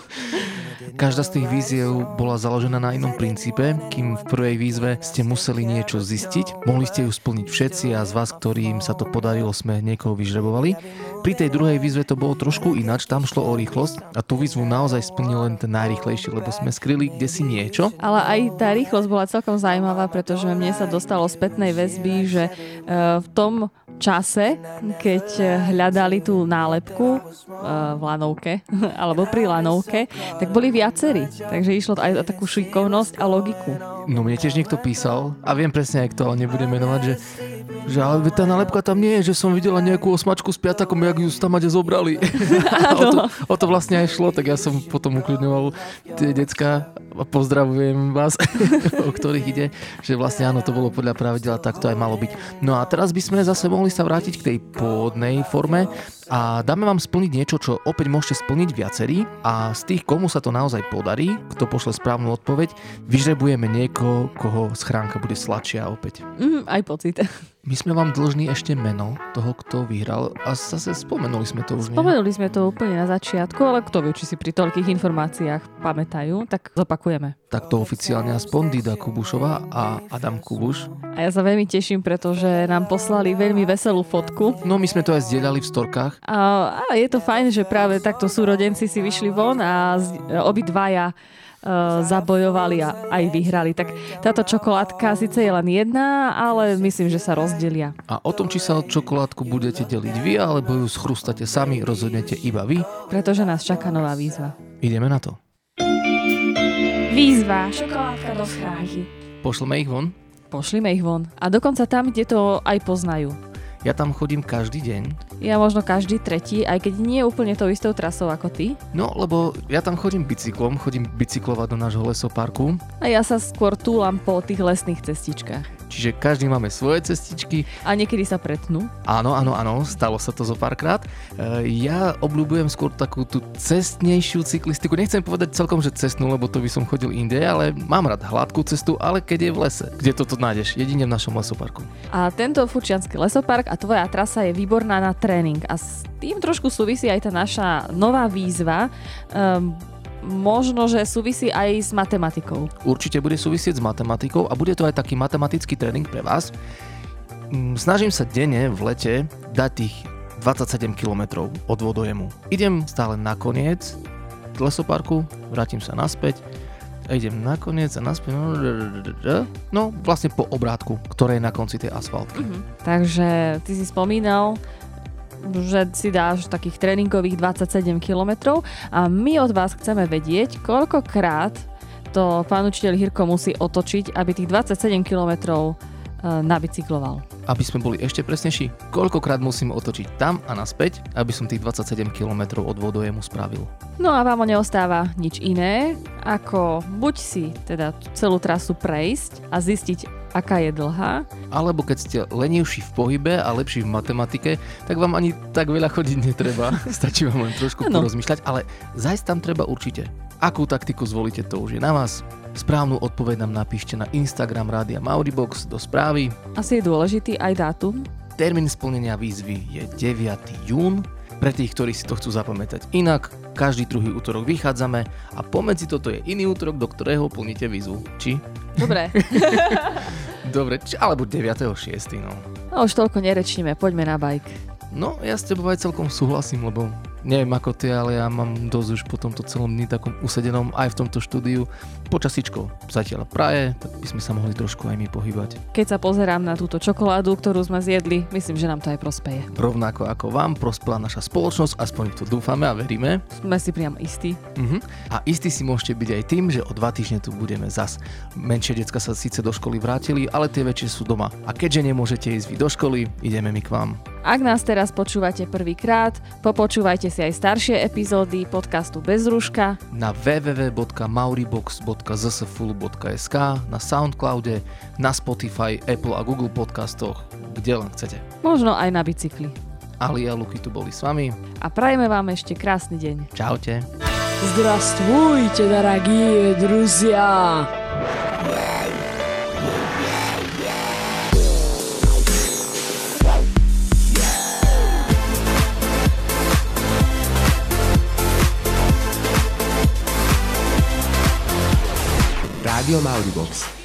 Každá z tých víziev bola založená na inom princípe. Kým v prvej výzve ste museli niečo zistiť, mohli ste ju splniť všetci a z vás, ktorým sa to podarilo, sme niekoho vyžrebovali. Pri tej druhej výzve to bolo trošku ináč, tam šlo o rýchlosť a tú výzvu naozaj splnil len ten najrýchlejší, lebo sme skryli kdesi niečo. Ale aj tá rýchlosť bola celkom zaujímavá, pretože mne sa dostalo spätnej väzby, že v tom čase, keď hľadali tú nálepku v lanovke, alebo pri lanovke, tak boli viacerí. Takže išlo aj o takú šikovnosť a logiku. No mne tiež niekto písal, a viem presne aj kto, ale nebudem menovať, že že ale tá nálepka tam nie je, že som videla nejakú osmačku s piatakom, jak ju tam ade zobrali. o, to, o to vlastne aj šlo, tak ja som potom ukľudňoval tie decká a pozdravujem vás, o ktorých ide, že vlastne áno, to bolo podľa pravidela, tak to aj malo byť. No a teraz by sme zase mohli sa vrátiť k tej pôvodnej forme a dáme vám splniť niečo, čo opäť môžete splniť viacerí a z tých, komu sa to naozaj podarí, kto pošle správnu odpoveď, vyžrebujeme niekoho, koho schránka bude sladšia opäť. Mm, aj pocit. My sme vám dlžní ešte meno toho, kto vyhral a zase spomenuli sme to už. Spomenuli sme to úplne na začiatku, ale kto vie, či si pri toľkých informáciách pamätajú, tak zopakujeme. Tak to oficiálne aspoň Dida Kubušová a Adam Kubuš. A ja sa veľmi teším, pretože nám poslali veľmi veselú fotku. No my sme to aj zdieľali v storkách. A, a je to fajn, že práve takto súrodenci si vyšli von a obidvaja Uh, zabojovali a aj vyhrali. Tak táto čokoládka síce je len jedna, ale myslím, že sa rozdelia. A o tom, či sa čokoládku budete deliť vy, alebo ju schrustate sami, rozhodnete iba vy. Pretože nás čaká nová výzva. Ideme na to. Výzva. Čokoládka do schránky. Pošleme ich von? Pošlime ich von. A dokonca tam, kde to aj poznajú. Ja tam chodím každý deň. Ja možno každý tretí, aj keď nie je úplne tou istou trasou ako ty. No, lebo ja tam chodím bicyklom, chodím bicyklovať do nášho lesoparku. A ja sa skôr túlam po tých lesných cestičkách. Čiže každý máme svoje cestičky. A niekedy sa pretnú. Áno, áno, áno, stalo sa to zo párkrát. Ja obľúbujem skôr takú tú cestnejšiu cyklistiku. Nechcem povedať celkom, že cestnú, lebo to by som chodil inde, ale mám rád hladkú cestu, ale keď je v lese. Kde toto nájdeš? Jedine v našom lesoparku. A tento Furčiansky lesopark a tvoja trasa je výborná na tréning. A s tým trošku súvisí aj tá naša nová výzva. Um, Možno, že súvisí aj s matematikou. Určite bude súvisieť s matematikou a bude to aj taký matematický tréning pre vás. Snažím sa denne v lete dať tých dvadsaťsedem kilometrov od vodojemu. Idem stále na koniec lesoparku, vrátim sa naspäť a idem na koniec a naspäť. No, vlastne po obrátku, ktoré je na konci tej asfaltky. Mhm. Takže ty si spomínal, že si dáš takých tréningových dvadsaťsedem kilometrov a my od vás chceme vedieť, koľkokrát to pán učiteľ Hirko musí otočiť, aby tých dvadsaťsedem kilometrov nabicykloval. Aby sme boli ešte presnejší, koľkokrát musím otočiť tam a naspäť, aby som tých dvadsaťsedem kilometrov od vodojemu spravil. No a vám neostáva nič iné, ako buď si teda celú trasu prejsť a zistiť, aká je dlhá. Alebo keď ste lenivší v pohybe a lepší v matematike, tak vám ani tak veľa chodiť netreba. Stačí vám len trošku no. porozmýšľať, ale zajsť tam treba určite. Akú taktiku zvolíte, to už je na vás. Správnu odpoveď nám napíšte na Instagram Rádia Mauribox do správy. Asi je dôležitý aj dátum. Termín splnenia výzvy je deviateho júna. Pre tých, ktorí si to chcú zapamätať. Inak, každý druhý útorok vychádzame a pomedzi toto je iný útorok, do ktorého plníte výzvu. Či? Dobre. Dobre, či, alebo deviateho šiesteho no. No už toľko nerečníme, poďme na bajk. No, ja s tebou aj celkom súhlasím, lebo neviem ako ty, ale ja mám dosť už po tomto celom dni takom usedenom aj v tomto štúdiu. Počasíčko zatiaľ praje, tak by sme sa mohli trošku aj my pohybať. Keď sa pozerám na túto čokoládu, ktorú sme zjedli, myslím, že nám to aj prospeje. Rovnako ako vám prospela naša spoločnosť, aspoň to dúfame a veríme. Sme si priam istí. Uh-huh. A istí si môžete byť aj tým, že o dva týždne tu budeme zas. Menšie decka sa síce do školy vrátili, ale tie väčšie sú doma. A keďže nemôžete ísť vy do školy, ideme my k vám. Ak nás teraz počúvate prvýkrát, popočúvajte si aj staršie epizódy podcastu Bez rúška na w w w bodka mauribox bodka z s f u l bodka s k, na Soundcloude, na Spotify, Apple a Google podcastoch, kde len chcete. Možno aj na bicykli. Ali a Luky tu boli s vami. A prajeme vám ešte krásny deň. Čaute. Здравствуйте, дорогие друзья! Rádio Mauribox.